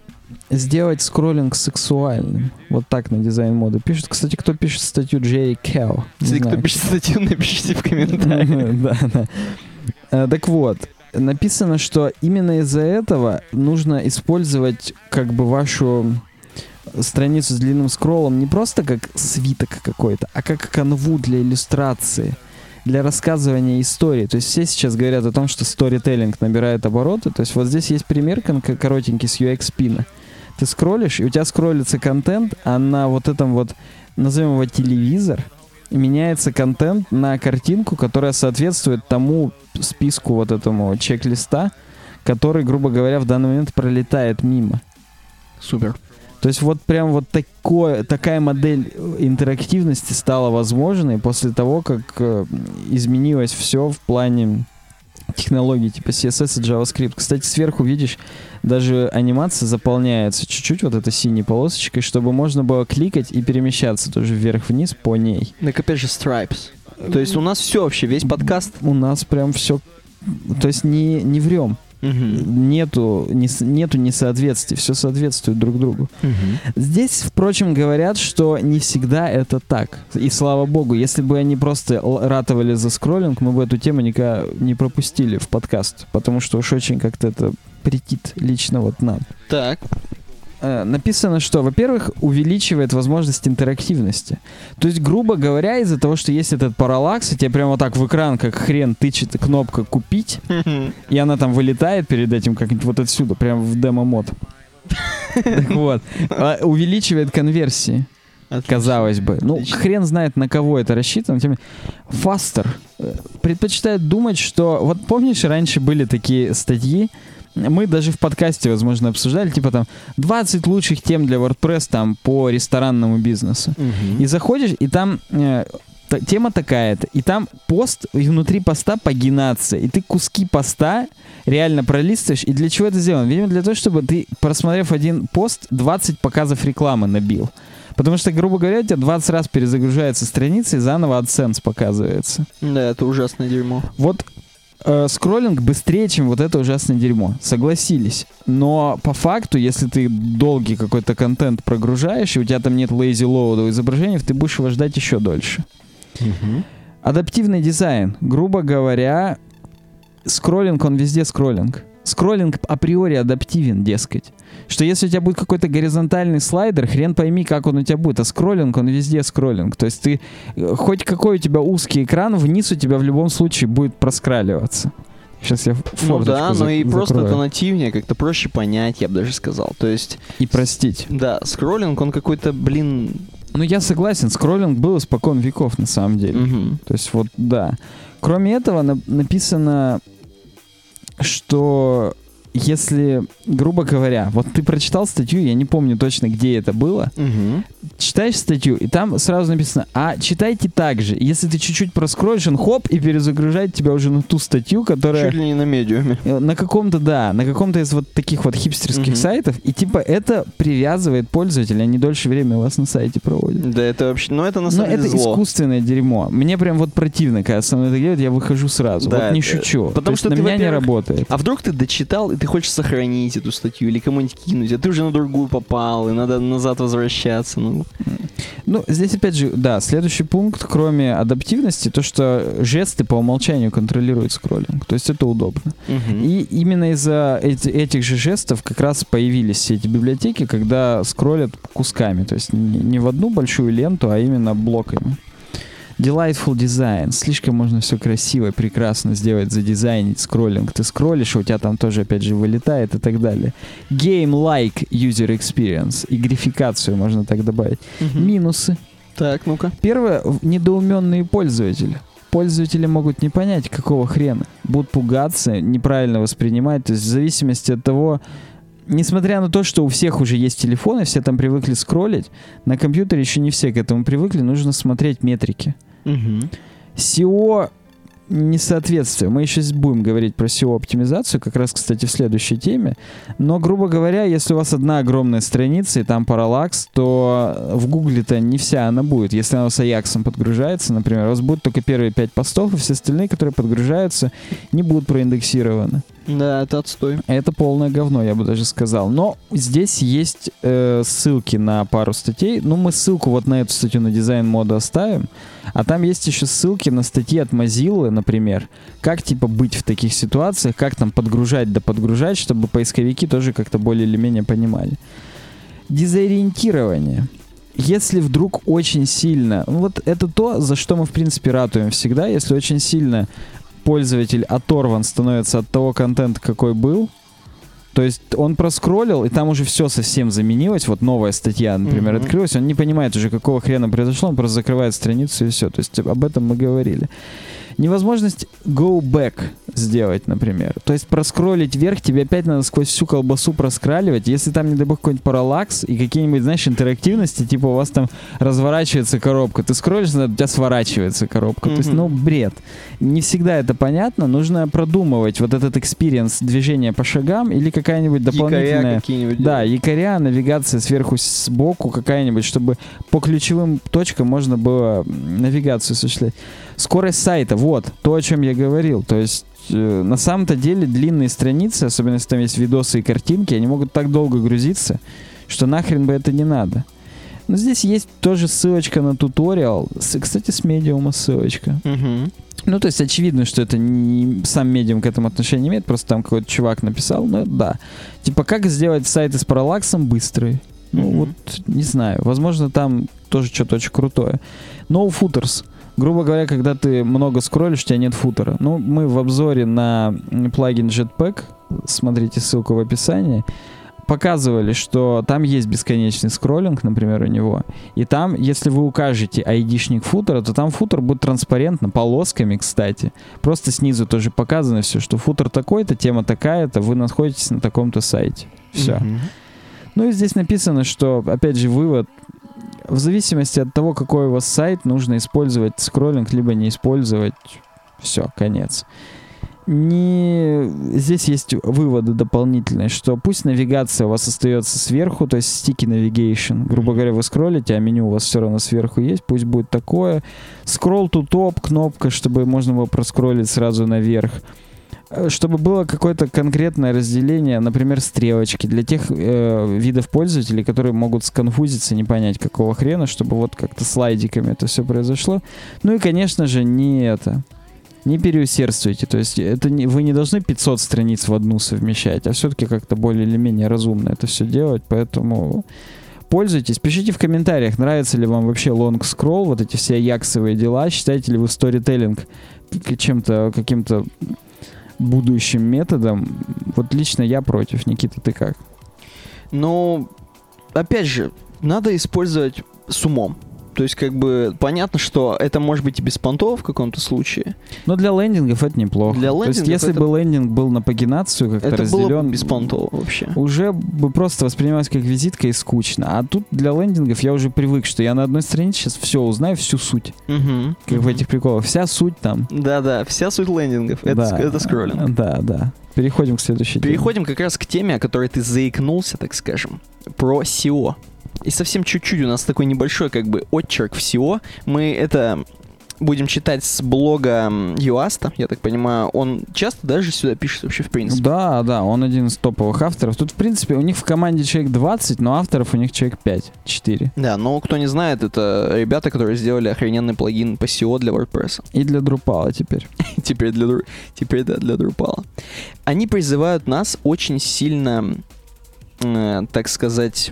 сделать скроллинг сексуальным. Вот так на дизайн моды пишут. Кстати, кто пишет статью? Джерри Келл. Если кто пишет статью, напишите в комментариях. Да. Так вот, написано, что именно из-за этого нужно использовать как бы вашу страницу с длинным скроллом не просто как свиток какой-то, а как канву для иллюстрации, для рассказывания истории. То есть все сейчас говорят о том, что сторителлинг набирает обороты. То есть вот здесь есть пример коротенький с UX-пина. Ты скроллишь, и у тебя скроллится контент, а на вот этом вот, назовем его телевизор, меняется контент на картинку, которая соответствует тому списку вот этому чек-листа, который, грубо говоря, в данный момент пролетает мимо. Супер. То есть вот прям вот такая модель интерактивности стала возможной после того, как изменилось все в плане технологий типа CSS и JavaScript. Кстати, сверху, видишь, даже анимация заполняется чуть-чуть вот этой синей полосочкой, чтобы можно было кликать и перемещаться тоже вверх-вниз по ней. Так опять же Stripes. То есть у нас все вообще, весь подкаст. У нас прям все... То есть не врем. Нету несоответствий, все соответствует друг другу. Здесь, впрочем, говорят, что не всегда это так. И слава богу, если бы они просто ратовали за скроллинг, мы бы эту тему никогда не пропустили в подкаст, потому что уж очень как-то это претит лично вот нам. Так. Написано, что, во-первых, увеличивает возможность интерактивности. То есть, грубо говоря, из-за того, что есть этот параллакс, и тебе прямо вот так в экран, как хрен, тычет кнопка «Купить», и она там вылетает перед этим как-нибудь вот отсюда, прямо в демо-мод. Вот. Увеличивает конверсии. Казалось бы. Ну, хрен знает, на кого это рассчитано. Faster предпочитает думать, что... Вот помнишь, раньше были такие статьи, мы даже в подкасте, возможно, обсуждали, типа там 20 лучших тем для WordPress там по ресторанному бизнесу. И заходишь, и там тема такая-то, и там пост, и внутри поста пагинация, и ты куски поста реально пролистываешь. И для чего это сделано? Видимо, для того, чтобы ты, просмотрев один пост, 20 показов рекламы набил. Потому что, грубо говоря, у тебя 20 раз перезагружается страница, и заново AdSense показывается. Да, это ужасное дерьмо. Вот скроллинг быстрее, чем вот это ужасное дерьмо. Согласились. Но по факту, если ты долгий какой-то контент прогружаешь, и у тебя там нет lazy load изображений, ты будешь его ждать еще дольше. Адаптивный дизайн. Грубо говоря, скроллинг, он везде скроллинг. Скроллинг априори адаптивен, дескать. Что если у тебя будет какой-то горизонтальный слайдер, хрен пойми, как он у тебя будет. А скроллинг, он везде скроллинг. То есть ты, хоть какой у тебя узкий экран, вниз у тебя в любом случае будет проскраливаться. Сейчас я форточку Ну да, но и закрою. просто это нативнее, как-то проще понять, я бы даже сказал. То есть... И простить. Да, скроллинг, он какой-то, Ну я согласен, скроллинг был испокон веков на самом деле. То есть вот, да. Кроме этого написано, что если, грубо говоря, вот ты прочитал статью, я не помню точно, где это было, читаешь статью, и там сразу написано, а читайте так же. Если ты чуть-чуть проскроллишь, он хоп, и перезагружает тебя уже на ту статью, которая... Чуть ли не на медиуме. На каком-то, да, на каком-то из вот таких вот хипстерских сайтов, и типа это привязывает пользователя, они дольше времени у вас на сайте проводят. Да, это вообще, ну это на самом деле это зло. Искусственное дерьмо. Мне прям вот противно, когда со мной это делают, я выхожу сразу. Да, вот не шучу. Потому что на ты, меня не работает. А вдруг ты дочитал, и ты хочешь сохранить эту статью или кому-нибудь кинуть, а ты уже на другую попал, и надо назад возвращаться. Ну, здесь опять же, да, следующий пункт, кроме адаптивности, то, что жесты по умолчанию контролируют скроллинг. То есть это удобно. И именно из-за этих же жестов как раз появились все эти библиотеки, когда скроллят кусками. То есть не в одну большую ленту, а именно блоками. Delightful design. Слишком можно все красиво и прекрасно сделать, задизайнить скроллинг. Ты скроллишь, а у тебя там тоже опять же вылетает и так далее. Game-like user experience. И грификацию можно так добавить. Минусы. Так, ну-ка. Первое, недоуменные пользователи. Пользователи могут не понять, какого хрена. Будут пугаться, неправильно воспринимать. То есть в зависимости от того, несмотря на то, что у всех уже есть телефоны, все там привыкли скроллить, на компьютере еще не все к этому привыкли, нужно смотреть метрики. SEO несоответствие. Мы еще будем говорить про SEO-оптимизацию, как раз, кстати, в следующей теме. Но, грубо говоря, если у вас одна огромная страница и там параллакс, то в Гугле-то не вся она будет. Если она с Аяксом подгружается, например, у вас будут только первые 5 постов, и все остальные, которые подгружаются, не будут проиндексированы. Да, это отстой. Это полное говно, я бы даже сказал. Но здесь есть ссылки на пару статей. Ну, мы ссылку вот на эту статью на дизайн мода оставим. А там есть еще ссылки на статьи от Mozilla, например. Как, типа, быть в таких ситуациях, как там подгружать да подгружать, чтобы поисковики тоже как-то более или менее понимали. Дезориентирование. Если вдруг очень сильно... Ну, вот это то, за что мы, в принципе, ратуем всегда. Если очень сильно пользователь оторван становится от того контента, какой был, то есть он проскроллил, и там уже все совсем заменилось. Вот новая статья, например, открылась, он не понимает уже, какого хрена произошло, он просто закрывает страницу и все. То есть об этом мы говорили. Невозможность go back сделать, например. То есть проскроллить вверх, тебе опять надо сквозь всю колбасу проскраливать. Если там, не дай бог, какой-нибудь параллакс и какие-нибудь, знаешь, интерактивности, типа у вас там разворачивается коробка, ты скроллишь, у тебя сворачивается коробка. То есть, ну, бред. Не всегда это понятно, нужно продумывать вот этот экспириенс движения по шагам или какая-нибудь дополнительная... Да, якоря, навигация сверху, сбоку какая-нибудь, чтобы по ключевым точкам можно было навигацию осуществлять. Скорость сайта, вот, то, о чем я говорил. То есть, на самом-то деле, длинные страницы, особенно если там есть видосы и картинки, они могут так долго грузиться, что нахрен бы это не надо. Но здесь есть тоже ссылочка на туториал. Кстати, с Medium ссылочка. Ну, то есть, очевидно, что это не сам Medium к этому отношения не имеет, просто там какой-то чувак написал, ну, да. Типа, как сделать сайты с параллаксом быстрый? Ну, вот, не знаю. Возможно, там тоже что-то очень крутое. No footers. Грубо говоря, когда ты много скроллишь, у тебя нет футера. Ну, мы в обзоре на плагин Jetpack, смотрите ссылку в описании, показывали, что там есть бесконечный скроллинг, например, у него. И там, если вы укажете ID-шник футера, то там футер будет транспарентно, полосками, кстати. Просто снизу тоже показано все, что футер такой-то, тема такая-то, вы находитесь на таком-то сайте. Все. Ну и здесь написано, что, опять же, вывод, в зависимости от того, какой у вас сайт, нужно использовать скроллинг, либо не использовать. Все, конец. Здесь есть выводы дополнительные, что пусть навигация у вас остается сверху, то есть sticky navigation. Грубо говоря, вы скроллите, а меню у вас все равно сверху есть, пусть будет такое. Scroll to top кнопка, чтобы можно было проскроллить сразу наверх. Чтобы было какое-то конкретное разделение, например, стрелочки для тех видов пользователей, которые могут сконфузиться, не понять, какого хрена, чтобы вот как-то слайдиками это все произошло. Ну и, конечно же, не переусердствуйте. То есть вы не должны 500 страниц в одну совмещать, а все-таки как-то более или менее разумно это все делать. Поэтому пользуйтесь. Пишите в комментариях, нравится ли вам вообще long scroll, вот эти все яксовые дела. Считаете ли вы storytelling чем-то, каким-то будущим методом? Вот лично я против. Никита, ты как? Ну, опять же, надо использовать с умом. То есть, как бы, понятно, что это может быть и без понтов в каком-то случае. Но для лендингов это неплохо. Для лендингов, то есть, если бы лендинг был на пагинацию как-то разделен... Это было бы без понтов вообще. Уже бы просто воспринималось как визитка и скучно. А тут для лендингов я уже привык, что я на одной странице сейчас все узнаю, всю суть. Как в этих приколах. Вся суть там. Да-да, вся суть лендингов. Это скроллинг. Да. Переходим к следующей теме. Переходим как раз к теме, о которой ты заикнулся, так скажем. Про SEO. И совсем чуть-чуть у нас такой небольшой как бы отчерк в SEO. Мы это будем читать с блога Юаста, я так понимаю. Он часто даже сюда пишет вообще в принципе. Да, он один из топовых авторов. Тут в принципе у них в команде человек 20, но авторов у них человек 5-4. Да, но кто не знает, это ребята, которые сделали охрененный плагин по SEO для WordPress. И для Drupal теперь. Теперь для Drupal. Они призывают нас очень сильно... так сказать,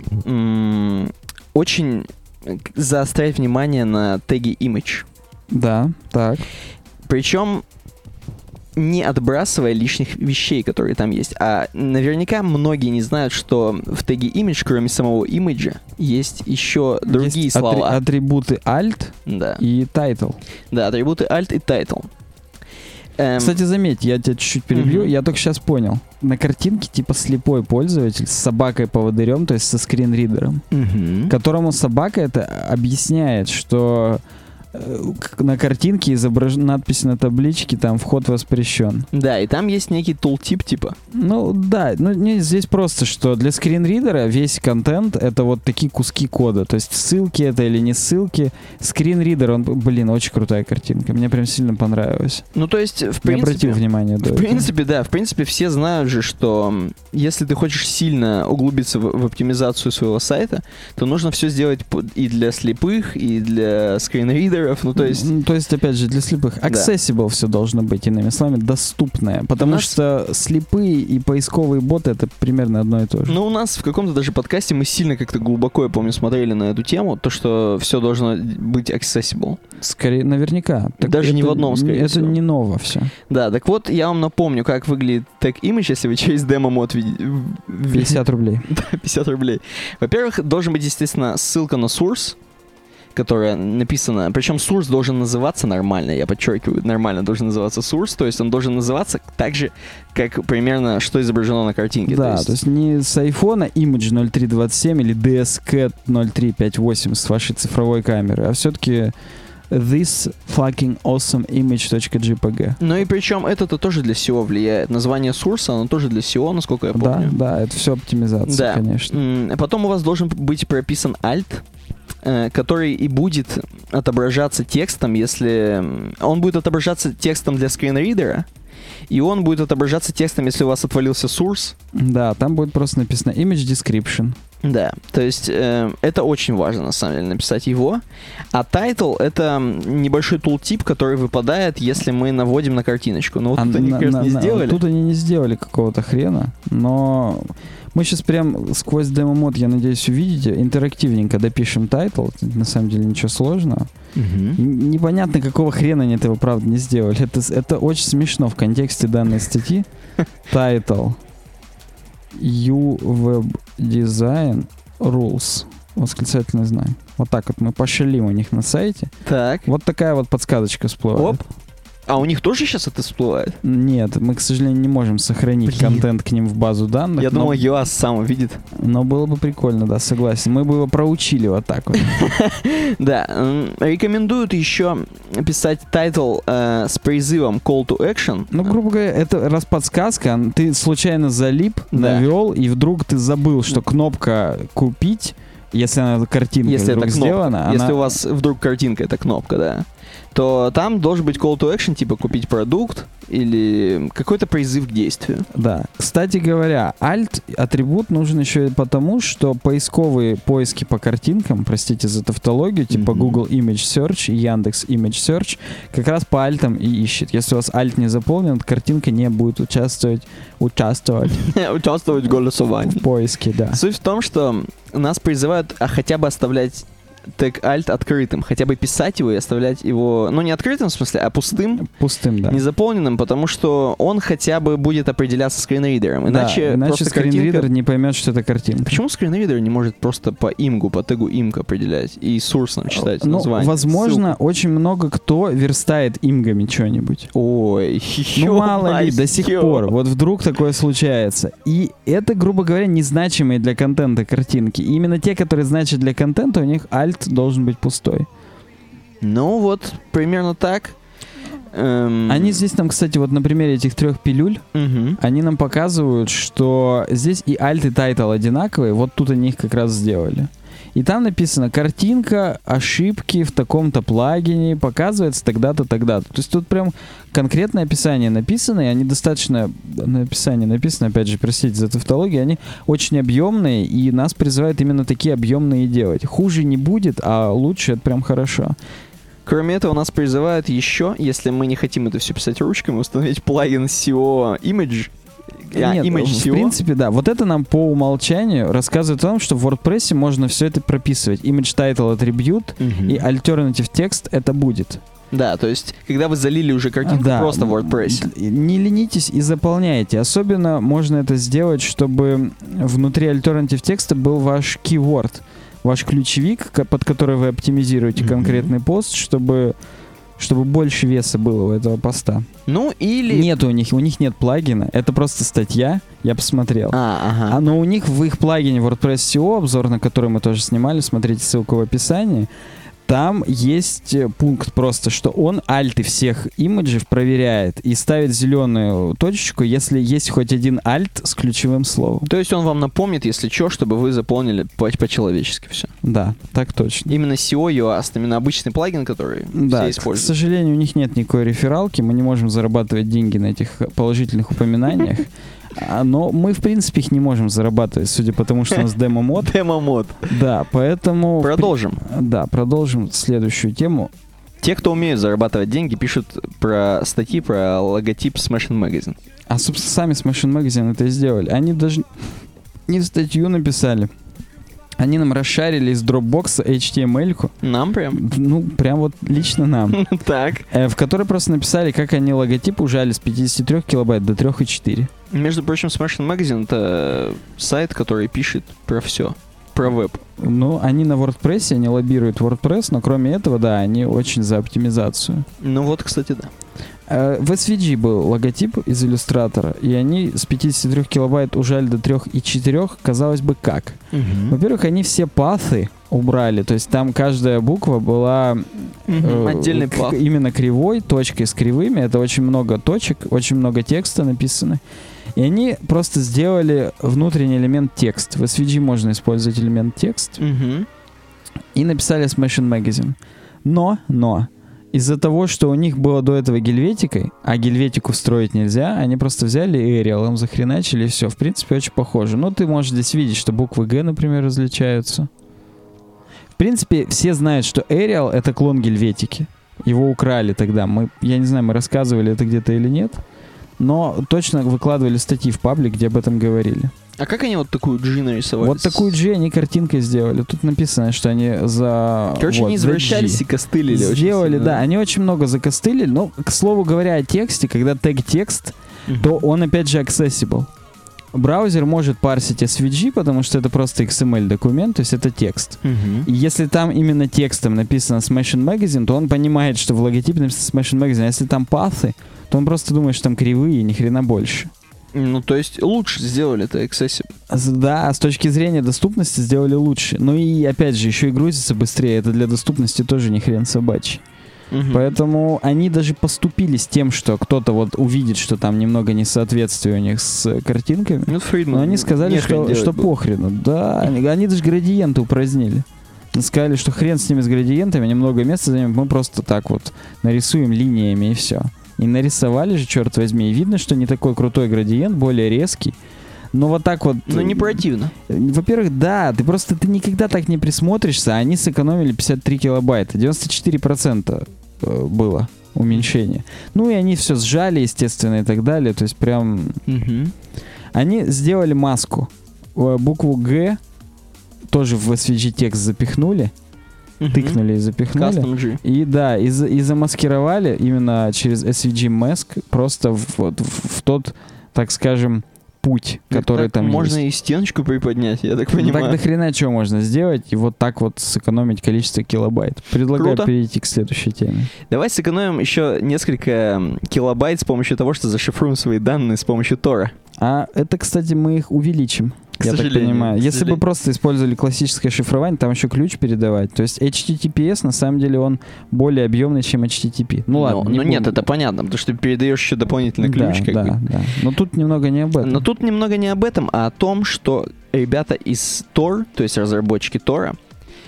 очень заострять внимание на теге image. Да, так. Причем не отбрасывая лишних вещей, которые там есть. А наверняка многие не знают, что в теге image, кроме самого имиджа, есть еще другие слова. Атрибуты alt и title. Да, атрибуты alt и title. Кстати, заметь, я тебя чуть-чуть перебью, я только сейчас понял. На картинке типа слепой пользователь с собакой-поводырем, то есть со скринридером, которому собака это объясняет, что на картинке изображена надпись на табличке, там вход воспрещен. Да, и там есть некий тултип типа. Ну да, здесь просто, что для скринридера весь контент — это вот такие куски кода. То есть ссылки это или не ссылки. Скринридер, он, очень крутая картинка. Мне прям сильно понравилось. Ну то есть, в принципе... Не обратил внимания до этого. В принципе, все знают же, что если ты хочешь сильно углубиться в оптимизацию своего сайта, то нужно все сделать и для слепых, и для скринридеров, то есть, опять же, для слепых accessible все должно быть, иными словами, доступное, потому что слепые и поисковые боты — это примерно одно и то же. Ну, у нас в каком-то даже подкасте мы сильно как-то глубоко, я помню, смотрели на эту тему, то, что все должно быть accessible. Скорее, наверняка. Даже не в одном, скорее всего. Это не ново все. Да, так вот, я вам напомню, как выглядит Tag Image, если вы через демо-мод видите. 50 рублей. Да, 50 рублей. Во-первых, должен быть, естественно, ссылка на source, которая написана, причем source должен называться нормально, я подчеркиваю, нормально должен называться source, то есть он должен называться так же, как примерно, что изображено на картинке. Да, то есть не с айфона image 0327 или DSCat 0358 с вашей цифровой камеры, а все-таки this fucking awesome image.jpg. Ну и причем это-то тоже для SEO влияет. Название source, оно тоже для SEO, насколько я помню. Да, это все оптимизация, конечно. Потом у вас должен быть прописан alt, который и будет отображаться текстом, если... Он будет отображаться текстом для скринридера, и он будет отображаться текстом, если у вас отвалился source. Да, там будет просто написано image description. Да, то есть это очень важно, на самом деле, написать его. А title — это небольшой тултип, который выпадает, если мы наводим на картиночку. Но вот тут они, кажется, не сделали. Тут они не сделали какого-то хрена, но мы сейчас прям сквозь демо-мод, я надеюсь, увидите, интерактивненько допишем title. На самом деле ничего сложного. Непонятно, какого хрена они этого, правда, не сделали. Это очень смешно в контексте данной статьи. Title. Web Design Rules. Восклицательный знак. Вот так вот мы пошалим у них на сайте. Так. Вот такая вот подсказочка всплывает. Оп. А у них тоже сейчас это всплывает? Нет, мы, к сожалению, не можем сохранить контент к ним в базу данных. Я думал, ЮАС сам увидит. Но было бы прикольно, да, согласен. Мы бы его проучили вот так вот. Да. Рекомендуют еще писать тайтл с призывом Call to Action. Ну, грубо говоря, это раз подсказка, ты случайно залип, навел, и вдруг ты забыл, что кнопка «Купить», если она картинка вдруг сделана... Если у вас вдруг картинка — это кнопка, да, то там должен быть call to action, типа купить продукт или какой-то призыв к действию. Да. Кстати говоря, alt-атрибут нужен еще и потому, что поисковые поиски по картинкам, простите за тавтологию, типа Google Image Search и Яндекс Image Search, как раз по альтам и ищет. Если у вас alt не заполнен, картинка не будет участвовать в голосовании. В поиске, да. Суть в том, что нас призывают хотя бы оставлять тег alt открытым, хотя бы писать его и оставлять его, ну не открытым в смысле, а пустым. Пустым, да. Незаполненным, потому что он хотя бы будет определяться скринридером. Иначе скринридер не поймет, что это картинка. Почему скринридер не может просто по имгу, по тегу имг определять и source нам читать название? Возможно, ссылку. Очень много кто верстает имгами что-нибудь. Ой, мало ли, до сих пор. Вот вдруг такое случается. И это, грубо говоря, незначимые для контента картинки. И именно те, которые значат для контента, у них alt должен быть пустой. Ну вот, примерно так. Они здесь нам, кстати, вот на примере этих 3 пилюль, они нам показывают, что здесь и alt, и title одинаковые. Вот тут они их как раз сделали. И там написано: картинка, ошибки в таком-то плагине показывается тогда-то, тогда-то. То есть тут прям конкретное описание написано, и они достаточно... Описание написано, опять же, простите за тавтологию, они очень объемные, и нас призывают именно такие объемные делать. Хуже не будет, а лучше — это прям хорошо. Кроме этого, нас призывают еще, если мы не хотим это все писать ручками, установить плагин SEO Image. Нет, в принципе, да. Вот это нам по умолчанию рассказывает о том, что в WordPress можно все это прописывать. Image Title Attribute и Alternative Text это будет. Да, то есть, когда вы залили уже картинку просто в WordPress. Не ленитесь и заполняйте. Особенно можно это сделать, чтобы внутри Alternative текста был ваш keyword, ваш ключевик, под который вы оптимизируете конкретный пост, чтобы больше веса было у этого поста. Ну, или... Нет у них нет плагина, это просто статья, я посмотрел. Но у них в их плагине WordPress SEO, обзор на который мы тоже снимали, смотрите ссылку в описании, Там есть пункт просто, что он альты всех имиджев проверяет и ставит зеленую точечку, если есть хоть один альт с ключевым словом. То есть он вам напомнит, если что, чтобы вы заполнили по-человечески все. Да, так точно. Именно SEO Yoast, именно обычный плагин, который Да, все к используют. сожалению, у них нет никакой рефералки, мы не можем зарабатывать деньги на этих положительных упоминаниях. Но мы, в принципе, их не можем зарабатывать, судя по тому, что у нас демо-мод. Демо-мод. Да, поэтому... Продолжим. Да, продолжим следующую тему. Те, кто умеют зарабатывать деньги, пишут про статьи про логотип Smashing Magazine. А, собственно, сами Smashing Magazine это и сделали. Они даже не статью написали. Они нам расшарили из Dropbox HTML-ку. Нам прям? Ну, прям вот лично нам. Так. В которой просто написали, как они логотип ужали с 53 килобайт до 3,4. Между прочим, Smashing Magazine — это сайт, который пишет про все. Про веб. Ну, они на WordPress, они лоббируют WordPress, но кроме этого, да, они очень за оптимизацию. Ну вот, кстати, да. В SVG был логотип из иллюстратора, и они с 53 килобайт ужали до 3,4, казалось бы, как? Во-первых, они все патhy убрали, то есть там каждая буква была отдельный паth. Именно кривой, точкой с кривыми, это очень много точек, очень много текста написано. И они просто сделали внутренний элемент текст. В SVG можно использовать элемент текст. И написали Smashing Magazine. Но, из-за того, что у них было до этого гельветикой, а гельветику встроить нельзя, они просто взяли Arial, им захреначили, и все. В принципе, очень похоже. Но ты можешь здесь видеть, что буквы G, например, различаются. В принципе, все знают, что Arial — это клон гельветики. Его украли тогда. Я не знаю, мы рассказывали это где-то или нет, но точно выкладывали статьи в паблик, где об этом говорили. А как они вот такую G нарисовали? Вот такую G они картинкой сделали. Тут написано, что они Короче, они извращались и костылили. Сделали, да. Они очень много закостылили. Но, к слову говоря, о тексте, когда тег текст, то он, опять же, accessible. Браузер может парсить SVG, потому что это просто XML-документ, то есть это текст. И если там именно текстом написано Smashing Magazine, то он понимает, что в логотипе написано Smashing Magazine. А если там патhy, то он просто думает, что там кривые и ни хрена больше. Ну, то есть лучше сделали это accessible. Да, с точки зрения доступности сделали лучше. Ну и, опять же, еще и грузится быстрее. Это для доступности тоже ни хрен собачий. Поэтому они даже поступили с тем, что кто-то вот увидит, что там немного несоответствие у них с картинками. Ну, но они сказали, что похрену. Да, они даже градиенты упразднили. Сказали, что хрен с ними с градиентами, немного места займем, мы просто так вот нарисуем линиями и все. И нарисовали же, черт возьми, и видно, что не такой крутой градиент, более резкий. Но вот так вот... Ну, не противно. Во-первых, да, ты никогда так не присмотришься, а они сэкономили 53 килобайта, 94% было уменьшение. Ну, и они все сжали, естественно, и так далее, то есть прям... Они сделали маску. Букву Г тоже в SVG текст запихнули, тыкнули и запихнули. И да, и замаскировали именно через SVG Mask просто в тот, так скажем, путь, который там можно есть. И стеночку приподнять, я так понимаю. Так до хрена чего можно сделать и вот так вот сэкономить количество килобайт. Предлагаю перейти к следующей теме. Давай сэкономим еще несколько килобайт с помощью того, что зашифруем свои данные с помощью Тора. А это, кстати, мы их увеличим. Я так понимаю. Если бы просто использовали классическое шифрование, там еще ключ передавать. То есть HTTPS, на самом деле, он более объемный, чем HTTP. Ну ладно. Ну нет, это понятно, потому что ты передаешь еще дополнительный ключ. Да. Но тут немного не об этом. Но тут немного не об этом, а о том, что ребята из Tor, то есть разработчики Тора,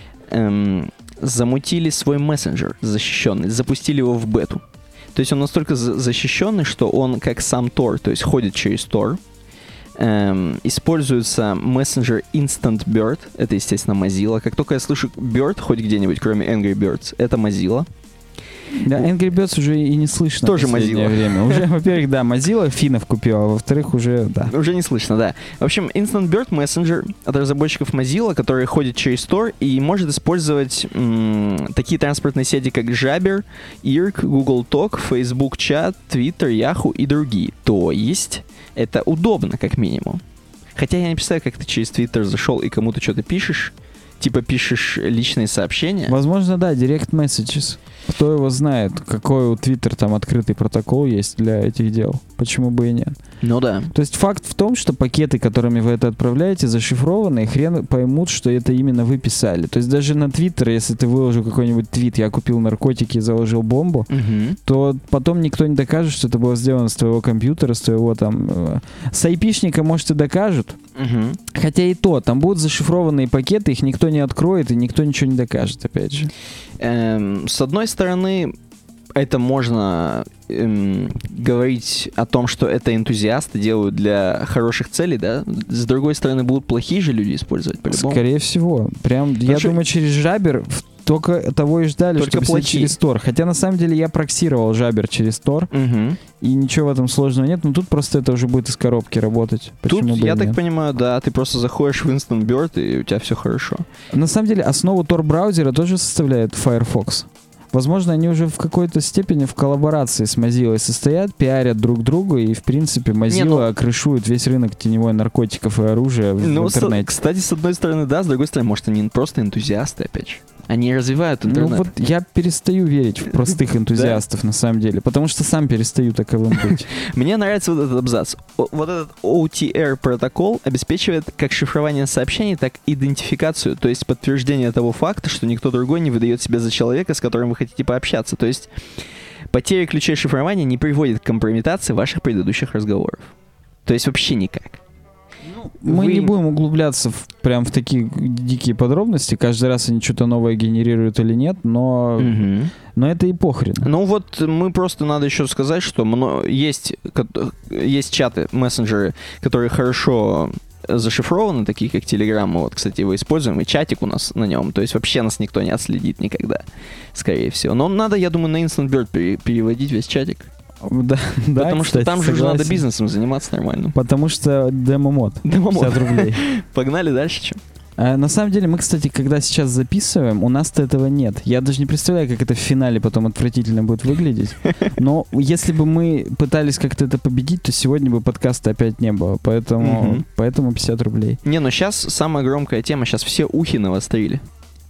замутили свой мессенджер защищенный, запустили его в бету. То есть он настолько защищенный, что он как сам Tor, то есть ходит через Tor. Используется мессенджер Instant Bird. Это, естественно, Mozilla. Как только я слышу Bird хоть где-нибудь, кроме Angry Birds, это Mozilla. Да, Angry Birds уже и не слышно. Тоже в последнее время. Уже, во-первых, да, Mozilla финнов купила, а во-вторых, уже, да. Уже не слышно, да. В общем, Instant Bird Messenger от разработчиков Mozilla, который ходит через Tor и может использовать такие транспортные сети, как Jabber, IRC, Google Talk, Facebook Chat, Twitter, Yahoo и другие. То есть это удобно, как минимум. Хотя я не представляю, как ты через Twitter зашел и кому-то что-то пишешь. Типа пишешь личные сообщения. Возможно, да, Direct Messages. Кто его знает, какой у Twitter там открытый протокол есть для этих дел. Почему бы и нет. Ну да. То есть факт в том, что пакеты, которыми вы это отправляете, зашифрованы, и хрен поймут, что это именно вы писали. То есть даже на Твиттер, если ты выложил какой-нибудь твит, я купил наркотики и заложил бомбу, то потом никто не докажет, что это было сделано с твоего компьютера, с твоего там... С айпишника, может, и докажут. Хотя и то, там будут зашифрованные пакеты, их никто не откроет, и никто ничего не докажет, опять же. С одной стороны, это можно говорить о том, что это энтузиасты делают для хороших целей, да? С другой стороны, будут плохие же люди использовать, по-любому. Скорее всего. Прям, я думаю, через Жабер только того и ждали, только чтобы через Tor. Хотя, на самом деле, я проксировал Жабер через Tor, и ничего в этом сложного нет, но тут просто это уже будет из коробки работать. Почему тут, я так понимаю, да, ты просто заходишь в Instant Bird, и у тебя все хорошо. На самом деле, основу Tor-браузера тоже составляет Firefox. Возможно, они уже в какой-то степени в коллаборации с Mozilla состоят, пиарят друг друга, и, в принципе, Mozilla крышует весь рынок теневой наркотиков и оружия в интернете. Кстати, с одной стороны, да, с другой стороны, может, они просто энтузиасты, опять же. Они развивают интернет. Ну вот я перестаю верить в простых энтузиастов, на самом деле, потому что сам перестаю таковым быть. Мне нравится вот этот абзац. Вот этот OTR протокол обеспечивает как шифрование сообщений, так и идентификацию, то есть подтверждение того факта, что никто другой не выдает себя за человека, с которым вы хотите пообщаться. То есть потеря ключей шифрования не приводит к компрометации ваших предыдущих разговоров. То есть вообще никак. Мы не будем углубляться прям в такие дикие подробности, каждый раз они что-то новое генерируют или нет, но это и похрен. Ну вот мы просто надо еще сказать, что есть чаты, мессенджеры, которые хорошо зашифрованы, такие как Telegram, мы вот, кстати, его используем, и чатик у нас на нем, то есть вообще нас никто не отследит никогда, скорее всего. Но надо, я думаю, на Instant Bird переводить весь чатик. Да, потому кстати, что там же уже надо бизнесом заниматься нормально. Потому что демо-мод. 50 рублей. Погнали дальше, чем? На самом деле, мы, кстати, когда сейчас записываем, у нас-то этого нет. Я даже не представляю, как это в финале потом отвратительно будет выглядеть. Но если бы мы пытались как-то это победить, то сегодня бы подкаста опять не было. Поэтому 50 рублей. Не, ну сейчас самая громкая тема. Сейчас все ухи навострили.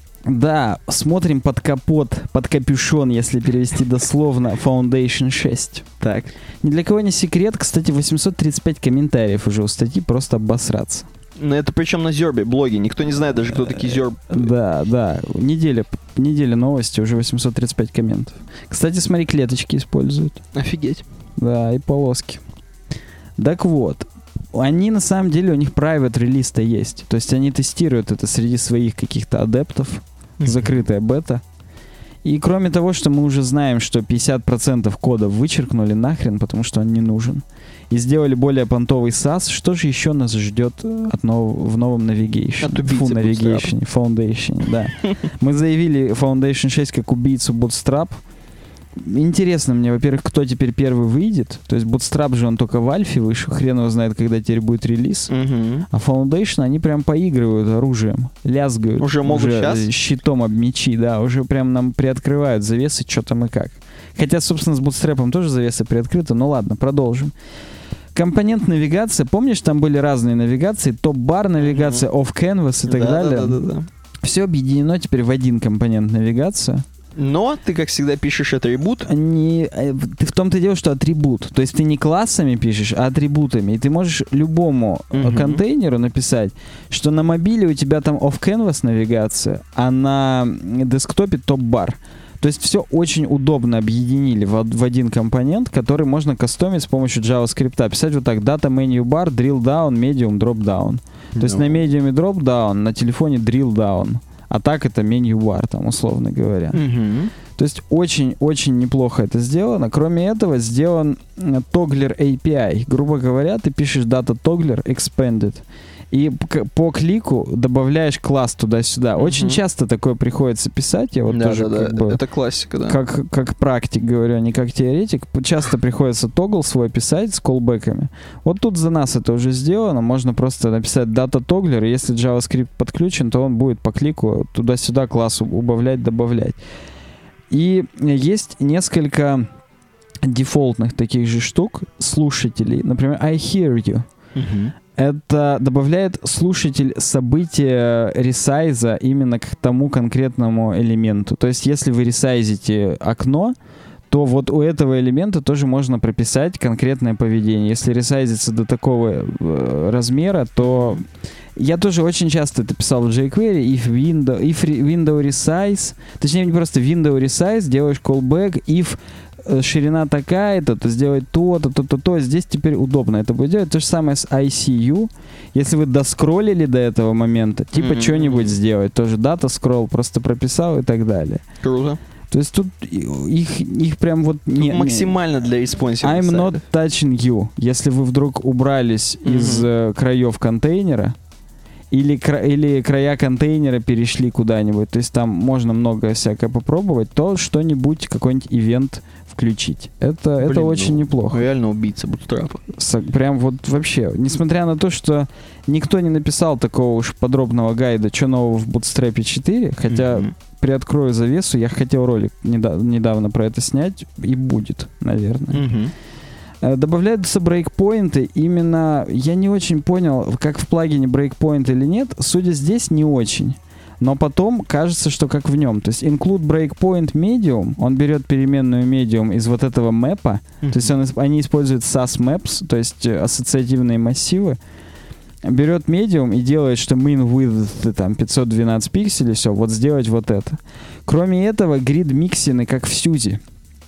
Да, смотрим под капот, под капюшон, если перевести дословно, Foundation 6. Так. Ни для кого не секрет, кстати, 835 комментариев уже у статьи, просто обосраться. Ну это причем на Зербе, блоге, никто не знает даже, кто такие Зерб. Да, неделя новости, уже 835 комментов. Кстати, смотри, клеточки используют. Офигеть. Да, и полоски. Так вот, они на самом деле, у них private релиз-то есть. То есть они тестируют это среди своих каких-то адептов. Закрытая бета. И кроме того, что мы уже знаем, что 50% кода вычеркнули нахрен, потому что он не нужен, и сделали более понтовый SAS, что же еще нас ждет в новом Navigation? Foundation, да. Мы заявили Foundation 6 как убийцу Bootstrap. Интересно мне, во-первых, кто теперь первый выйдет. То есть Bootstrap же он только в альфе вышел, хрен его знает, когда теперь будет релиз. А Foundation, они прям поигрывают оружием, лязгают. Уже могут сейчас? Щитом об мечи, да, уже прям нам приоткрывают завесы, что там и как. Хотя, собственно, с Bootstrap'ом тоже завеса приоткрыта, ну ладно, продолжим. Компонент навигация, помнишь, там были разные навигации, топ-бар навигация, off-canvas и так далее. Да. Все объединено теперь в один компонент навигация. Но ты, как всегда, пишешь атрибут. Ты в том-то и дело, что атрибут. То есть ты не классами пишешь, а атрибутами. И ты можешь любому контейнеру написать, что на мобиле у тебя там off-canvas навигация, а на десктопе топ-бар. То есть все очень удобно объединили в один компонент, который можно кастомить с помощью JavaScript. Писать вот так: data menu bar, drill down, medium, drop down. То есть на medium drop down, на телефоне drill down. А так это меню-бар, там, условно говоря. То есть очень-очень неплохо это сделано. Кроме этого, сделан Toggler API. Грубо говоря, ты пишешь data toggler expanded, и по клику добавляешь класс туда-сюда. Очень часто такое приходится писать. Я вот тоже как бы, это классика, да. Как практик говорю, а не как теоретик. Часто приходится тогл свой писать с колбэками. Вот тут за нас это уже сделано. Можно просто написать data toggler, и если JavaScript подключен, то он будет по клику туда-сюда класс убавлять, добавлять. И есть несколько дефолтных таких же штук слушателей. Например, I hear you. Это добавляет слушатель события ресайза именно к тому конкретному элементу. То есть, если вы ресайзите окно, то то вот у этого элемента тоже можно прописать конкретное поведение. Если ресайзится до такого размера, то я тоже очень часто это писал в jQuery, if window resize, точнее не просто window resize, делаешь callback, if ширина такая-то, то сделать то-то, то-то. Здесь теперь удобно это будет делать. То же самое с ICU. Если вы доскроллили до этого момента, типа что-нибудь сделать, тоже дата скролл просто прописал и так далее. Круто. То есть тут их прям вот... максимально для респонсива. I'm not touching you. Если вы вдруг убрались из краев контейнера, или края контейнера перешли куда-нибудь, то есть там можно много всякое попробовать, то что-нибудь, какой-нибудь ивент включить. Это очень неплохо. Реально убийца бутстрапа. Прям вот вообще. Несмотря на то, что никто не написал такого уж подробного гайда, что нового в Bootstrap 4, хотя приоткрою завесу, я хотел ролик недавно про это снять, и будет, наверное. Добавляются брейкпоинты. Именно я не очень понял, как в плагине брейкпоинт или нет. Судя здесь, не очень. Но потом кажется, что как в нем. То есть include breakpoint medium, он берет переменную medium из вот этого мэпа. То есть они используют SAS maps, то есть ассоциативные массивы. Берет medium и делает, что min width там 512 пикселей, все, вот сделать вот это. Кроме этого, grid миксины, как в Сьюзе.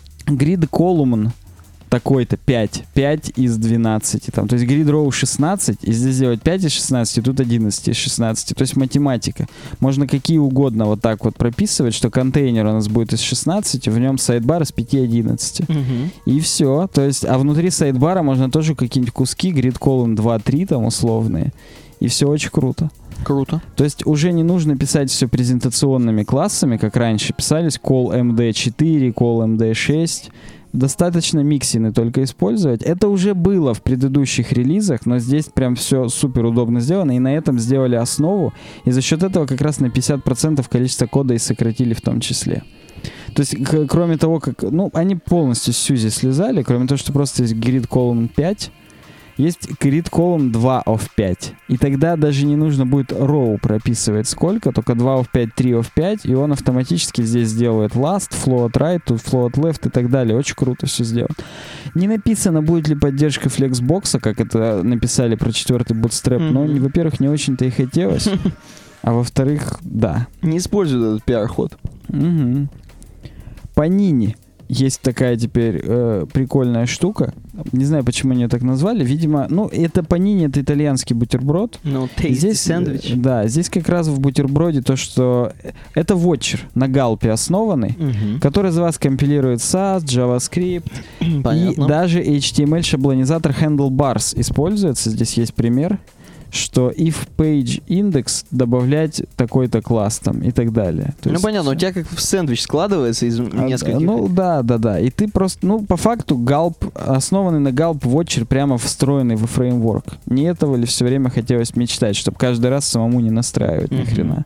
Grid column такой-то 5 из 12. Там. То есть grid row 16, и здесь сделать 5 из 16, и тут 11 из 16. То есть математика. Можно какие угодно вот так вот прописывать, что контейнер у нас будет из 16, в нем сайдбар из 5 11. И все. То есть, а внутри сайдбара можно тоже какие-нибудь куски, grid column 2-3 там условные. И все очень круто. Круто. То есть уже не нужно писать все презентационными классами, как раньше писались, call md4, call md6. Достаточно миксины только использовать. Это уже было в предыдущих релизах, но здесь прям все супер удобно сделано, и на этом сделали основу, и за счет этого как раз на 50% количество кода и сократили в том числе. То есть, кроме того, как... Ну, они полностью с Сьюзи слезали, кроме того, что просто есть grid column 5, есть grid column 2 of 5. И тогда даже не нужно будет row прописывать сколько, только 2 of 5, 3 of 5, и он автоматически здесь сделает last, float right, тут float left и так далее. Очень круто все сделано. Не написано, будет ли поддержка флексбокса, как это написали про 4-й Bootstrap, но, во-первых, не очень-то и хотелось, а во-вторых, да. Не используют этот пиар-ход. Panini. Есть такая теперь прикольная штука. Не знаю, почему они ее так назвали. Видимо, ну, это панини, это итальянский бутерброд. Ну, здесь сэндвич. Да, здесь как раз в бутерброде то, что... Это вотчер на галпе основанный, который за вас компилирует SAS, JavaScript. Понятно. И даже HTML-шаблонизатор Handlebars используется. Здесь есть пример, что if page index добавлять такой-то класс там и так далее. То есть, понятно, у тебя как в сэндвич складывается из нескольких... Ну, да. И ты просто, ну, по факту Gulp, основанный на Gulp Watcher, прямо встроенный в фреймворк. Не этого ли все время хотелось мечтать, чтобы каждый раз самому не настраивать ни хрена.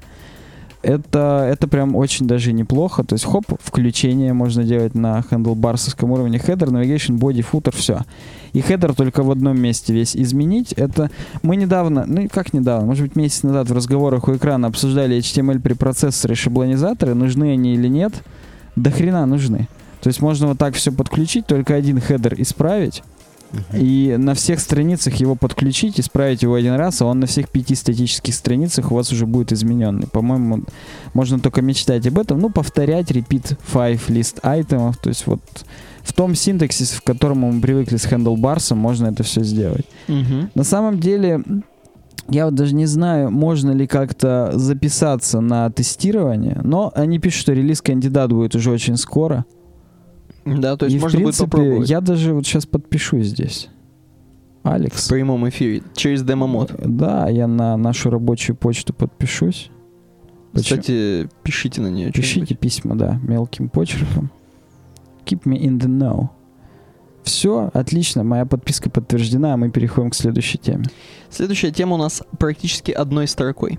Это прям очень даже неплохо. То есть, хоп, включение можно делать на handlebarsовском уровне. Header, navigation, body, footer, все. И header только в одном месте весь изменить. Это мы недавно, ну как недавно, может быть месяц назад в разговорах у экрана обсуждали HTML препроцессоры и шаблонизаторы. Нужны они или нет? До хрена нужны. То есть можно вот так все подключить, только один header исправить. И на всех страницах его подключить, исправить его один раз, а он на всех 5 статических страницах у вас уже будет измененный. По-моему, можно только мечтать об этом. Ну, повторять, repeat 5 list айтемов. То есть вот в том синтаксисе, в котором мы привыкли с Handlebars, можно это все сделать. На самом деле, я вот даже не знаю, можно ли как-то записаться на тестирование, но они пишут, что релиз-кандидат будет уже очень скоро. Да, то есть и можно в принципе, будет попробовать. Я даже вот сейчас подпишусь здесь. Алекс. В прямом эфире, через демо-мод. Да, я на нашу рабочую почту подпишусь. Кстати, пишите на нее. Пишите письма, да, мелким почерком. Keep me in the know. Все, отлично, моя подписка подтверждена, а мы переходим к следующей теме. Следующая тема у нас практически одной строкой.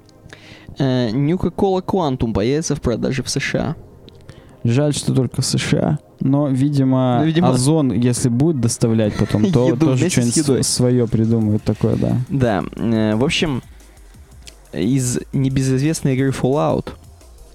Nuka-Cola Quantum появится в продаже в США. Жаль, что только в США. Но, видимо, Озон, если будет доставлять потом, то тоже что-нибудь свое придумают такое, да. Да, в общем, из небезызвестной игры Fallout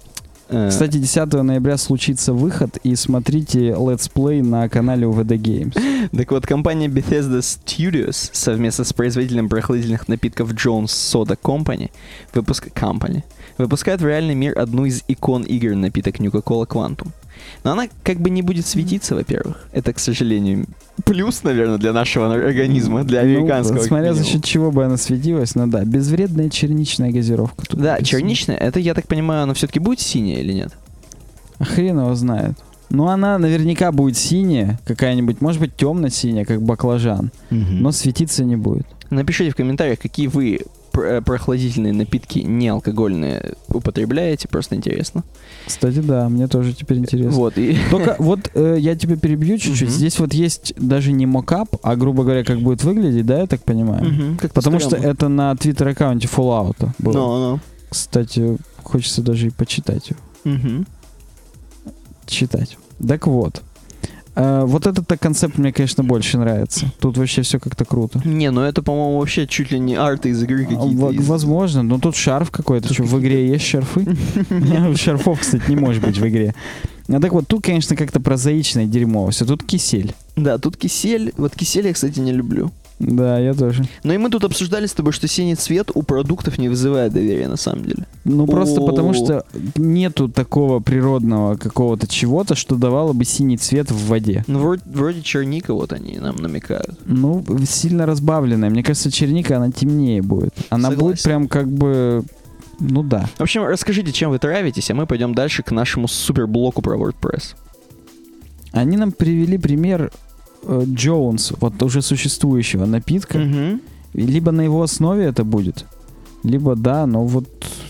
Кстати, 10 ноября случится выход, и смотрите летсплей на канале UVD Games. Так вот, компания Bethesda Studios совместно с производителем прохладительных напитков Jones Soda Company выпускает в реальный мир одну из икон игр напиток Nuka-Cola Quantum. Но она как бы не будет светиться, во-первых. Это, к сожалению, плюс, наверное, для нашего организма, для американского. Ну, смотря за счет чего бы она светилась, но да, безвредная черничная газировка. Тут да, написано. Черничная, это, я так понимаю, она все-таки будет синяя или нет? А хрен его знает. Ну, она наверняка будет синяя, какая-нибудь, может быть, темно-синяя, как баклажан, но светиться не будет. Напишите в комментариях, какие вы прохладительные напитки неалкогольные употребляете, просто интересно. Кстати, да, мне тоже теперь интересно. Вот, и... Только вот я тебя перебью чуть-чуть. Здесь вот есть даже не мокап, а, грубо говоря, как будет выглядеть, да, я так понимаю? Потому что это на твиттер-аккаунте Fallout было. Кстати, хочется даже и почитать его. Читать. Так вот. Вот этот концепт мне, конечно, больше нравится. Тут вообще все как-то круто. Не, ну это, по-моему, вообще чуть ли не арты из игры какие-то. Возможно, но тут шарф какой-то. Что, в игре есть шарфы? Шарфов, кстати, не может быть в игре. Так вот, тут, конечно, как-то прозаичное дерьмо. Все, тут кисель. Да, тут кисель. Вот кисель я, кстати, не люблю. Да, я тоже. Но и мы тут обсуждали с тобой, что синий цвет у продуктов не вызывает доверия, на самом деле. Ну, просто потому что нету такого природного какого-то чего-то, что давало бы синий цвет в воде. Ну, вроде черника, вот они нам намекают. Ну, сильно разбавленная. Мне кажется, черника, она темнее будет. Она будет прям как бы... Ну да. В общем, расскажите, чем вы травитесь, а мы пойдем дальше к нашему суперблоку про WordPress. Они нам привели пример Jones, вот уже существующего напитка. Либо на его основе это будет, либо да, но вот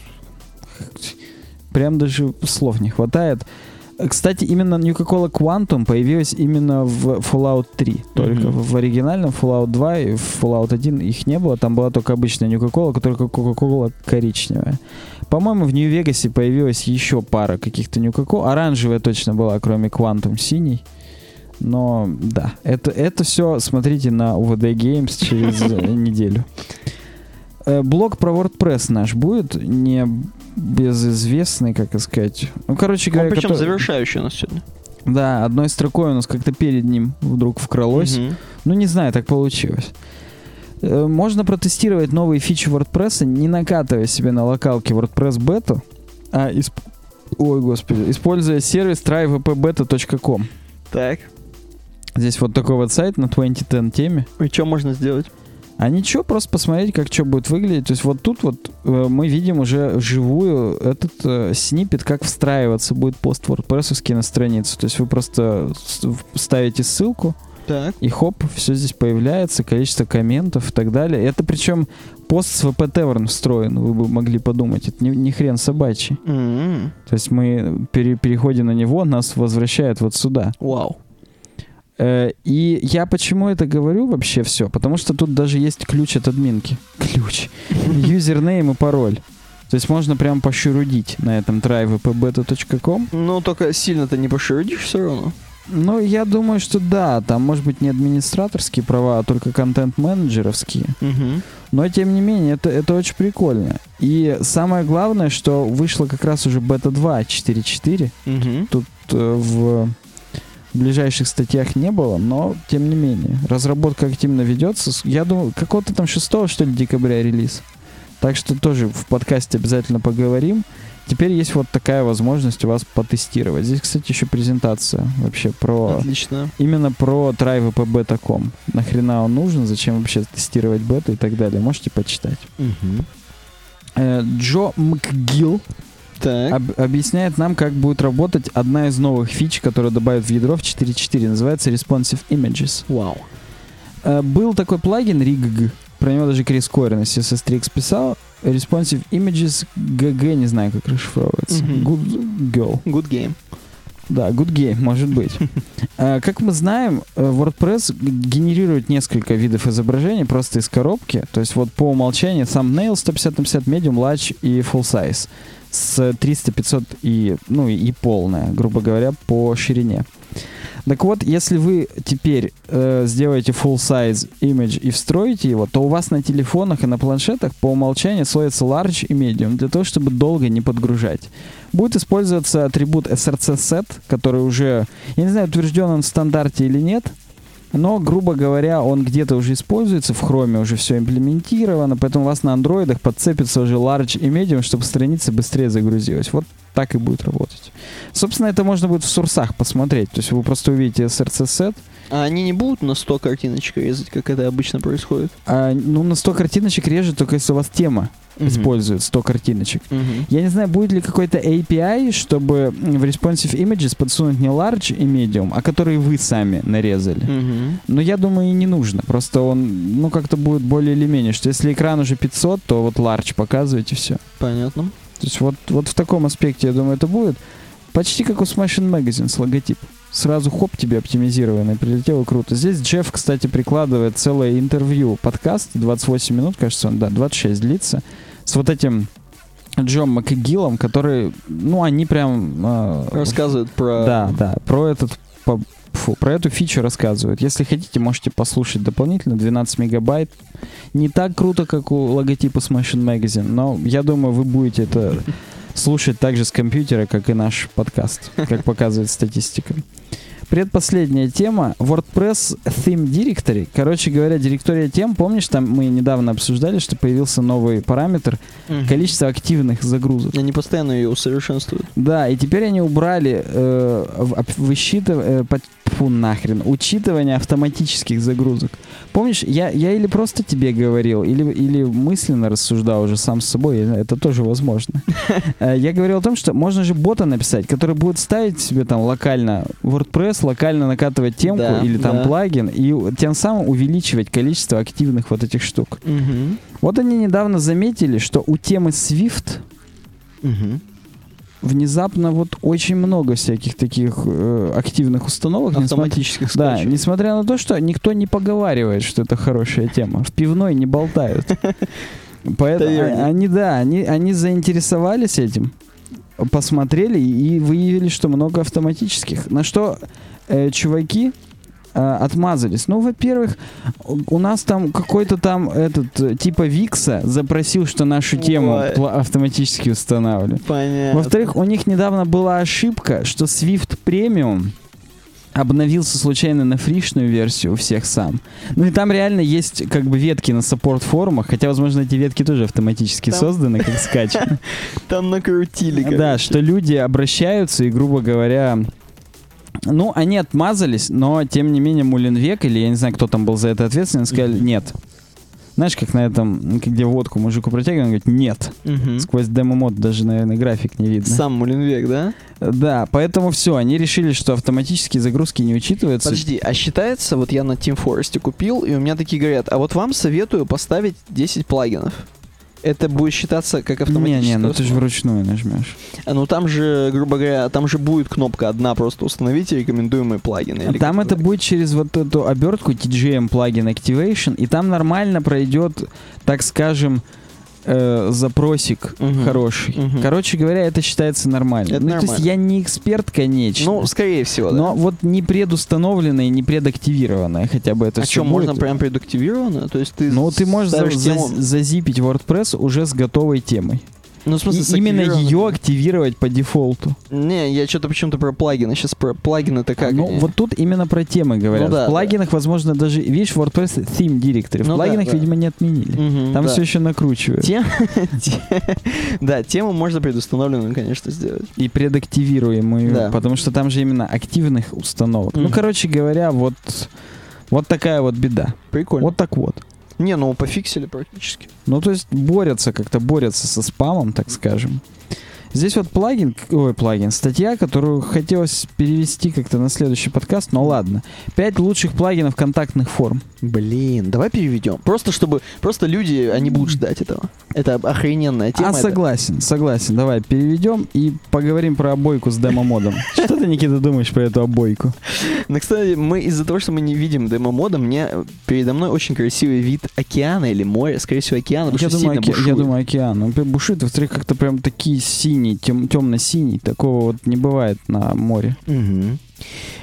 прям даже слов не хватает. Кстати, именно Nuka-Cola Quantum появилась именно в Fallout 3. Только в оригинальном Fallout 2 и в Fallout 1 их не было. Там была только обычная Nuka-Cola, только Coca-Cola коричневая. По-моему, в Нью-Вегасе появилась еще пара каких-то Nuka-Cola. Оранжевая точно была, кроме Quantum синий. Но да, это все смотрите на UVD Games через неделю. Блог про WordPress наш будет не безызвестный, как сказать. Ну, короче говоря... Причем завершающий у нас сегодня. Да, одной строкой у нас как-то перед ним вдруг вкралось. Ну, не знаю, так получилось. Можно протестировать новые фичи WordPress, не накатывая себе на локалке WordPress Beta, а используя сервис tryvpbeta.com. Так. Здесь вот такой вот сайт на 2010 теме. И что можно сделать? А ничего, просто посмотреть, как что будет выглядеть. То есть вот тут вот мы видим уже вживую этот сниппет, как встраиваться будет пост WordPress-овский на страницу. То есть вы просто ставите ссылку, так. И хоп, все здесь появляется, количество комментов и так далее. Это причем пост с WP Tavern встроен, вы бы могли подумать. Это не хрен собачий. То есть мы переходим на него, нас возвращают вот сюда. Вау. И я почему это говорю вообще все? Потому что тут даже есть ключ от админки. Ключ. Юзернейм и пароль. То есть можно прям пошерудить на этом tryvpbeta.com. Ну, только сильно-то не пошерудишь все равно. Ну, я думаю, что да, там, может быть, не администраторские права, а только контент-менеджеровские. Но, тем не менее, это очень прикольно. И самое главное, что вышло как раз уже бета 2 4.4. Тут в ближайших статьях не было, но, тем не менее, разработка активно ведется. Я думаю, какого-то там 6 что ли, декабря релиз. Так что тоже в подкасте обязательно поговорим. Теперь есть вот такая возможность у вас потестировать. Здесь, кстати, еще презентация вообще про... Отлично. Именно про tryvpbeta.com. Нахрена он нужен, зачем вообще тестировать бету и так далее. Можете почитать. Джо МакГилл объясняет нам, как будет работать одна из новых фич, которую добавят в ядро в 4.4. Называется Responsive Images. Вау. Был такой плагин Rig. Про него даже Крис Койер на CSS3X писал. Responsive Images GG, не знаю, как расшифровывается. Good Game. Да, Good Game, может быть. Как мы знаем, WordPress генерирует несколько видов изображений просто из коробки. То есть вот по умолчанию thumbnail 150/150, medium, large и full size. С 300, 500 и полная, грубо говоря, по ширине. Так вот, если вы теперь сделаете full-size image и встроите его, то у вас на телефонах и на планшетах по умолчанию слоится large и medium для того, чтобы долго не подгружать. Будет использоваться атрибут src set, который уже, я не знаю, утвержден он в стандарте или нет, но, грубо говоря, он где-то уже используется, в Chrome уже все имплементировано, поэтому у вас на андроидах подцепится уже large и medium, чтобы страница быстрее загрузилась. Вот так и будет работать. Собственно, это можно будет в сурсах посмотреть. То есть вы просто увидите src set. А они не будут на 100 картиночек резать, как это обычно происходит? На 100 картиночек режет только если у вас тема использует 100 картиночек. Я не знаю, будет ли какой-то API, чтобы в Responsive Images подсунуть не large и medium, а которые вы сами нарезали. Но я думаю, и не нужно. Просто он, как-то будет более или менее, что если экран уже 500, то вот large показываете, все. Понятно. То есть вот в таком аспекте, я думаю, это будет. Почти как у Smashing Magazine с логотип. Сразу хоп, тебе оптимизированный, прилетело круто. Здесь Джефф, кстати, прикладывает целое интервью, подкаст, 28 минут, кажется, он, 26 длится, с вот этим Джом МакГиллом, который, они прям... рассказывают про... Да, про эту фичу рассказывают. Если хотите, можете послушать дополнительно, 12 мегабайт. Не так круто, как у логотипа Smashing Magazine, но я думаю, вы будете это слушать так же с компьютера, как и наш подкаст, как показывает статистика. Предпоследняя тема — WordPress Theme Directory. Короче говоря, директория тем, помнишь, там мы недавно обсуждали, что появился новый параметр количество активных загрузок. Они постоянно ее усовершенствуют. Да, и теперь они убрали учитывание автоматических загрузок. Помнишь, я или просто тебе говорил, или мысленно рассуждал уже сам с собой, это тоже возможно. Я говорил о том, что можно же бота написать, который будет ставить себе там локально WordPress, локально накатывать темку или там плагин, и тем самым увеличивать количество активных вот этих штук. Вот они недавно заметили, что у темы Swift внезапно вот очень много всяких таких активных установок. Автоматических скачек. Да, несмотря на то, что никто не поговаривает, что это хорошая тема. В пивной не болтают. Поэтому они заинтересовались этим, посмотрели и выявили, что много автоматических. На что чуваки отмазались. Во-первых, у нас там какой-то там типа Викса запросил, что нашу тему автоматически устанавливали. Понятно. Во-вторых, у них недавно была ошибка, что Swift Premium обновился случайно на фришную версию у всех сам. И там реально есть как бы ветки на саппорт-форумах, хотя, возможно, эти ветки тоже автоматически созданы, как скачаны. Там накрутили. Да, что люди обращаются и, грубо говоря... они отмазались, но, тем не менее, Муленвек, или я не знаю, кто там был за это ответственный, сказали, нет. Знаешь, как на этом, где водку мужику протягивают, он говорит, нет. Сквозь демо-мод даже, наверное, график не видно. Сам Муленвек, да? Да, поэтому все, они решили, что автоматические загрузки не учитываются. Подожди, а считается, вот я на Team Forest купил, и у меня такие говорят, а вот вам советую поставить 10 плагинов. Это будет считаться как автоматически. Не, ты же вручную нажмешь. Там же, грубо говоря, там же будет кнопка одна, просто установите рекомендуемые плагины. Там это будет через вот эту обертку TGM Plugin Activation, и там нормально пройдет, так скажем, запросик хороший. Короче говоря, это считается нормально. Это нормально. То есть я не эксперт, конечно. Скорее всего, да. Но вот не предустановленное, не предактивированное хотя бы это все. А что, можно прям предактивировано? То есть ты ты можешь зазипить WordPress уже с готовой темой. В смысле, именно ее активировать по дефолту. Не, я что-то почему-то про плагины. Сейчас про плагины-то как? Вот тут именно про темы говорят. В плагинах, возможно, даже... Видишь, WordPress Theme Directory. В плагинах, видимо, не отменили. Там все еще накручивают. Да, тему можно предустановленную, конечно, сделать. И предактивируемую. Потому что там же именно активных установок. Короче говоря, вот такая вот беда. Прикольно. Вот так вот. Пофиксили практически. То есть борются со спамом, так скажем. Здесь вот статья, которую хотелось перевести как-то на следующий подкаст, но ладно. 5 лучших плагинов контактных форм. Блин, давай переведем. Просто люди, они будут ждать этого. Это охрененная тема. Согласен. Давай переведем и поговорим про обойку с демо-модом. Что ты, Никита, думаешь про эту обойку? Кстати, из-за того, что мы не видим демо-мода, передо мной очень красивый вид океана или моря, скорее всего, океана, потому что сильно бушует. Я думаю, океан. Он бушует, во-вторых, как-то прям такие синие, темно-синий. Такого вот не бывает на море.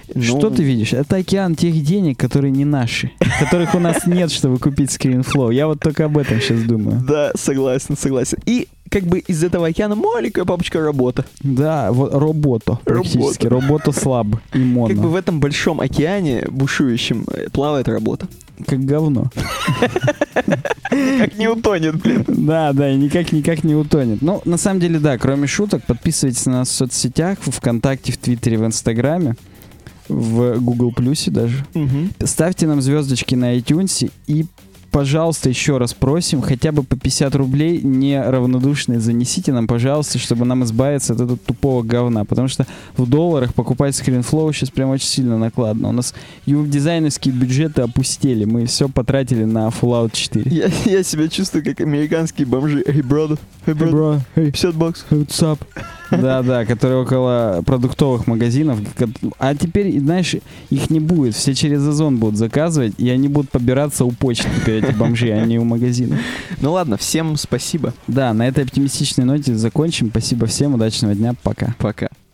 Что ты видишь? Это океан тех денег, которые не наши, которых у нас нет, чтобы купить ScreenFlow. Я вот только об этом сейчас думаю. Да, согласен. И как бы из этого океана маленькая папочка работа. Да, вот Робото практически. Робото слаб и модно. Как бы в этом большом океане бушующем плавает работа. Как говно. Как не утонет, блин. Да, и никак не утонет. Ну, на самом деле, да, кроме шуток, подписывайтесь на нас в соцсетях, в ВКонтакте, в Твиттере, в Инстаграме, в Google Плюсе даже. Ставьте нам звездочки на iTunes и, пожалуйста, еще раз просим, хотя бы по 50 рублей неравнодушные занесите нам, пожалуйста, чтобы нам избавиться от этого тупого говна, потому что в долларах покупать ScreenFlow сейчас прям очень сильно накладно. У нас UX-дизайнерские бюджеты опустели, мы все потратили на Fallout 4. Я себя чувствую как американские бомжи. Hey, brother. Hey, brother. Hey, 50 баксов. What's up? Да, которые около продуктовых магазинов. А теперь, знаешь, их не будет. Все через Озон будут заказывать, и они будут побираться у почты теперь, эти бомжи, а не у магазина. Ну ладно, всем спасибо. Да, на этой оптимистичной ноте закончим. Спасибо всем, удачного дня, пока. Пока.